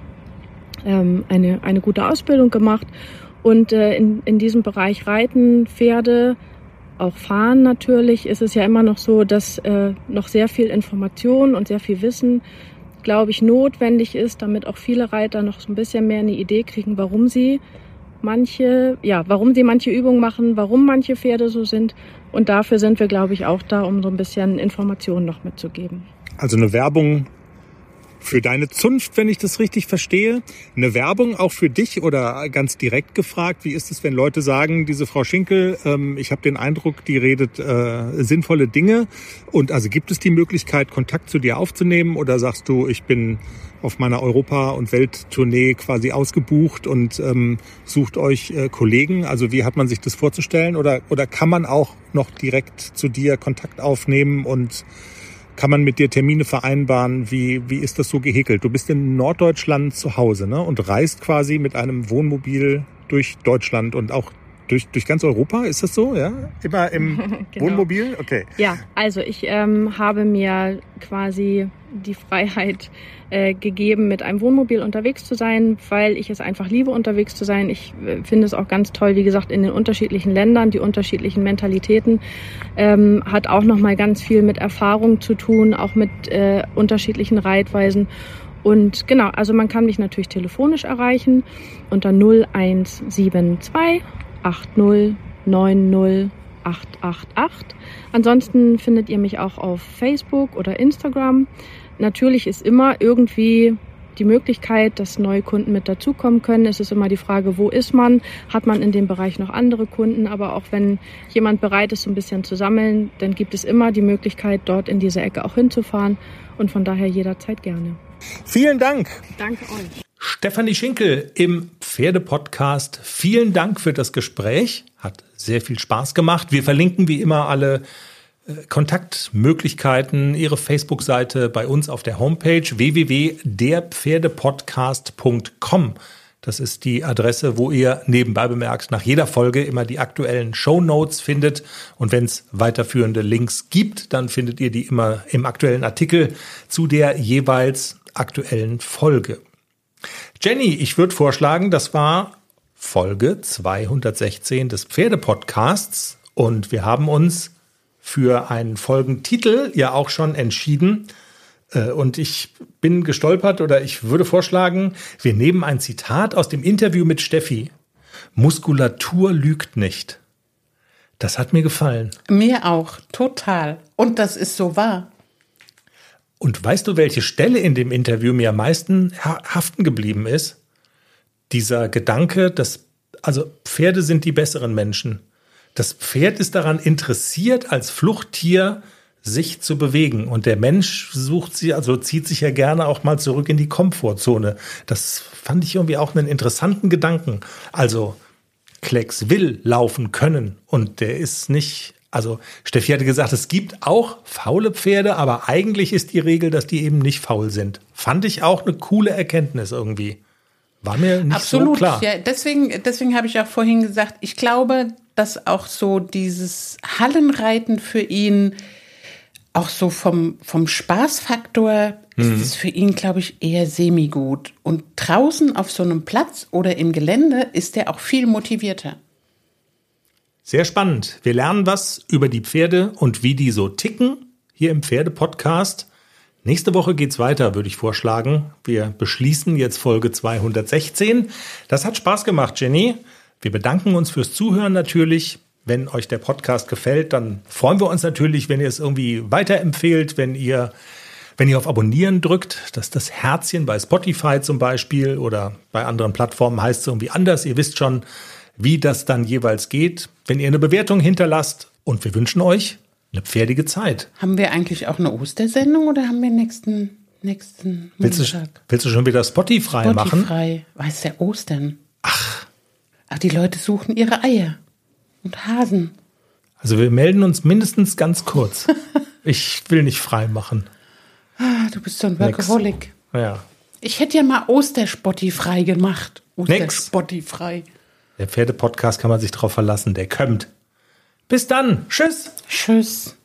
ähm, eine, eine gute Ausbildung gemacht. Und äh, in, in diesem Bereich Reiten, Pferde, auch Fahren natürlich, ist es ja immer noch so, dass äh, noch sehr viel Information und sehr viel Wissen, glaube ich, notwendig ist, damit auch viele Reiter noch so ein bisschen mehr eine Idee kriegen, warum sie manche, ja, warum sie manche Übungen machen, warum manche Pferde so sind. Und dafür sind wir, glaube ich, auch da, um so ein bisschen Informationen noch mitzugeben. Also eine Werbung für deine Zunft, wenn ich das richtig verstehe. Eine Werbung auch für dich oder ganz direkt gefragt, wie ist es, wenn Leute sagen, diese Frau Schinkel, ähm, ich habe den Eindruck, die redet äh, sinnvolle Dinge. Und also gibt es die Möglichkeit, Kontakt zu dir aufzunehmen oder sagst du, ich bin auf meiner Europa- und Welttournee quasi ausgebucht und ähm, sucht euch äh, Kollegen? Also wie hat man sich das vorzustellen? Oder, oder kann man auch noch direkt zu dir Kontakt aufnehmen und kann man mit dir Termine vereinbaren? Wie, wie ist das so gehäkelt? Du bist in Norddeutschland zu Hause, ne? Und reist quasi mit einem Wohnmobil durch Deutschland und auch durch, durch ganz Europa. Ist das so? Ja? Immer im genau. Wohnmobil? Okay. Ja, also ich ähm, habe mir quasi die Freiheit äh, gegeben, mit einem Wohnmobil unterwegs zu sein, weil ich es einfach liebe, unterwegs zu sein. Ich äh, finde es auch ganz toll, wie gesagt, in den unterschiedlichen Ländern, die unterschiedlichen Mentalitäten, ähm, hat auch nochmal ganz viel mit Erfahrung zu tun, auch mit äh, unterschiedlichen Reitweisen. Und genau, also man kann mich natürlich telefonisch erreichen unter null eins sieben zwei acht null neun null acht acht acht. Ansonsten findet ihr mich auch auf Facebook oder Instagram. Natürlich ist immer irgendwie die Möglichkeit, dass neue Kunden mit dazukommen können. Es ist immer die Frage, wo ist man? Hat man in dem Bereich noch andere Kunden? Aber auch wenn jemand bereit ist, so ein bisschen zu sammeln, dann gibt es immer die Möglichkeit, dort in diese Ecke auch hinzufahren. Und von daher jederzeit gerne. Vielen Dank. Danke euch. Stefanie Schinkel im Pferdepodcast. Vielen Dank für das Gespräch. Hat sehr viel Spaß gemacht. Wir verlinken wie immer alle äh, Kontaktmöglichkeiten, Ihre Facebook-Seite bei uns auf der Homepage w w w punkt der pferdepodcast punkt com. Das ist die Adresse, wo ihr nebenbei bemerkt nach jeder Folge immer die aktuellen Shownotes findet. Und wenn es weiterführende Links gibt, dann findet ihr die immer im aktuellen Artikel zu der jeweils aktuellen Folge. Jenny, ich würde vorschlagen, das war Folge zweihundertsechzehn des Pferdepodcasts und wir haben uns für einen Folgentitel ja auch schon entschieden und ich bin gestolpert oder ich würde vorschlagen, wir nehmen ein Zitat aus dem Interview mit Steffi Muskulatur lügt nicht. Das hat mir gefallen. Mir auch, total. Und das ist so wahr. Und weißt du, welche Stelle in dem Interview mir am meisten haften geblieben ist? Dieser Gedanke, dass, also Pferde sind die besseren Menschen. Das Pferd ist daran interessiert, als Fluchttier sich zu bewegen. Und der Mensch sucht sie, also zieht sich ja gerne auch mal zurück in die Komfortzone. Das fand ich irgendwie auch einen interessanten Gedanken. Also Klecks will laufen können und der ist nicht, also Steffi hatte gesagt, es gibt auch faule Pferde, aber eigentlich ist die Regel, dass die eben nicht faul sind. Fand ich auch eine coole Erkenntnis irgendwie. War mir nicht Absolut, so klar. Ja, deswegen, deswegen habe ich auch vorhin gesagt, ich glaube, dass auch so dieses Hallenreiten für ihn, auch so vom, vom Spaßfaktor, mhm. ist es für ihn, glaube ich, eher semi-gut. Und draußen auf so einem Platz oder im Gelände ist er auch viel motivierter. Sehr spannend. Wir lernen was über die Pferde und wie die so ticken hier im Pferde-Podcast. Nächste Woche geht's weiter, würde ich vorschlagen. Wir beschließen jetzt Folge zweihundertsechzehn. Das hat Spaß gemacht, Jenny. Wir bedanken uns fürs Zuhören natürlich. Wenn euch der Podcast gefällt, dann freuen wir uns natürlich, wenn ihr es irgendwie weiterempfehlt, wenn ihr, wenn ihr auf Abonnieren drückt. Das ist das Herzchen bei Spotify zum Beispiel oder bei anderen Plattformen heißt es irgendwie anders. Ihr wisst schon, wie das dann jeweils geht. Wenn ihr eine Bewertung hinterlasst und wir wünschen euch eine pferdige Zeit. Haben wir eigentlich auch eine Ostersendung oder haben wir nächsten, nächsten willst Montag? Du, willst du schon wieder Spotify, Spotify machen? Spotify, weiß der Ostern. Ach. Ach, die Leute suchen ihre Eier. Und Hasen. Also wir melden uns mindestens ganz kurz. Ich will nicht frei machen. Ah, du bist so ein Workaholic. Ja. Ich hätte ja mal Osterspotti frei gemacht. Osterspotti frei. Der Pferde-Podcast kann man sich drauf verlassen. Der kommt. Bis dann. Tschüss. Tschüss.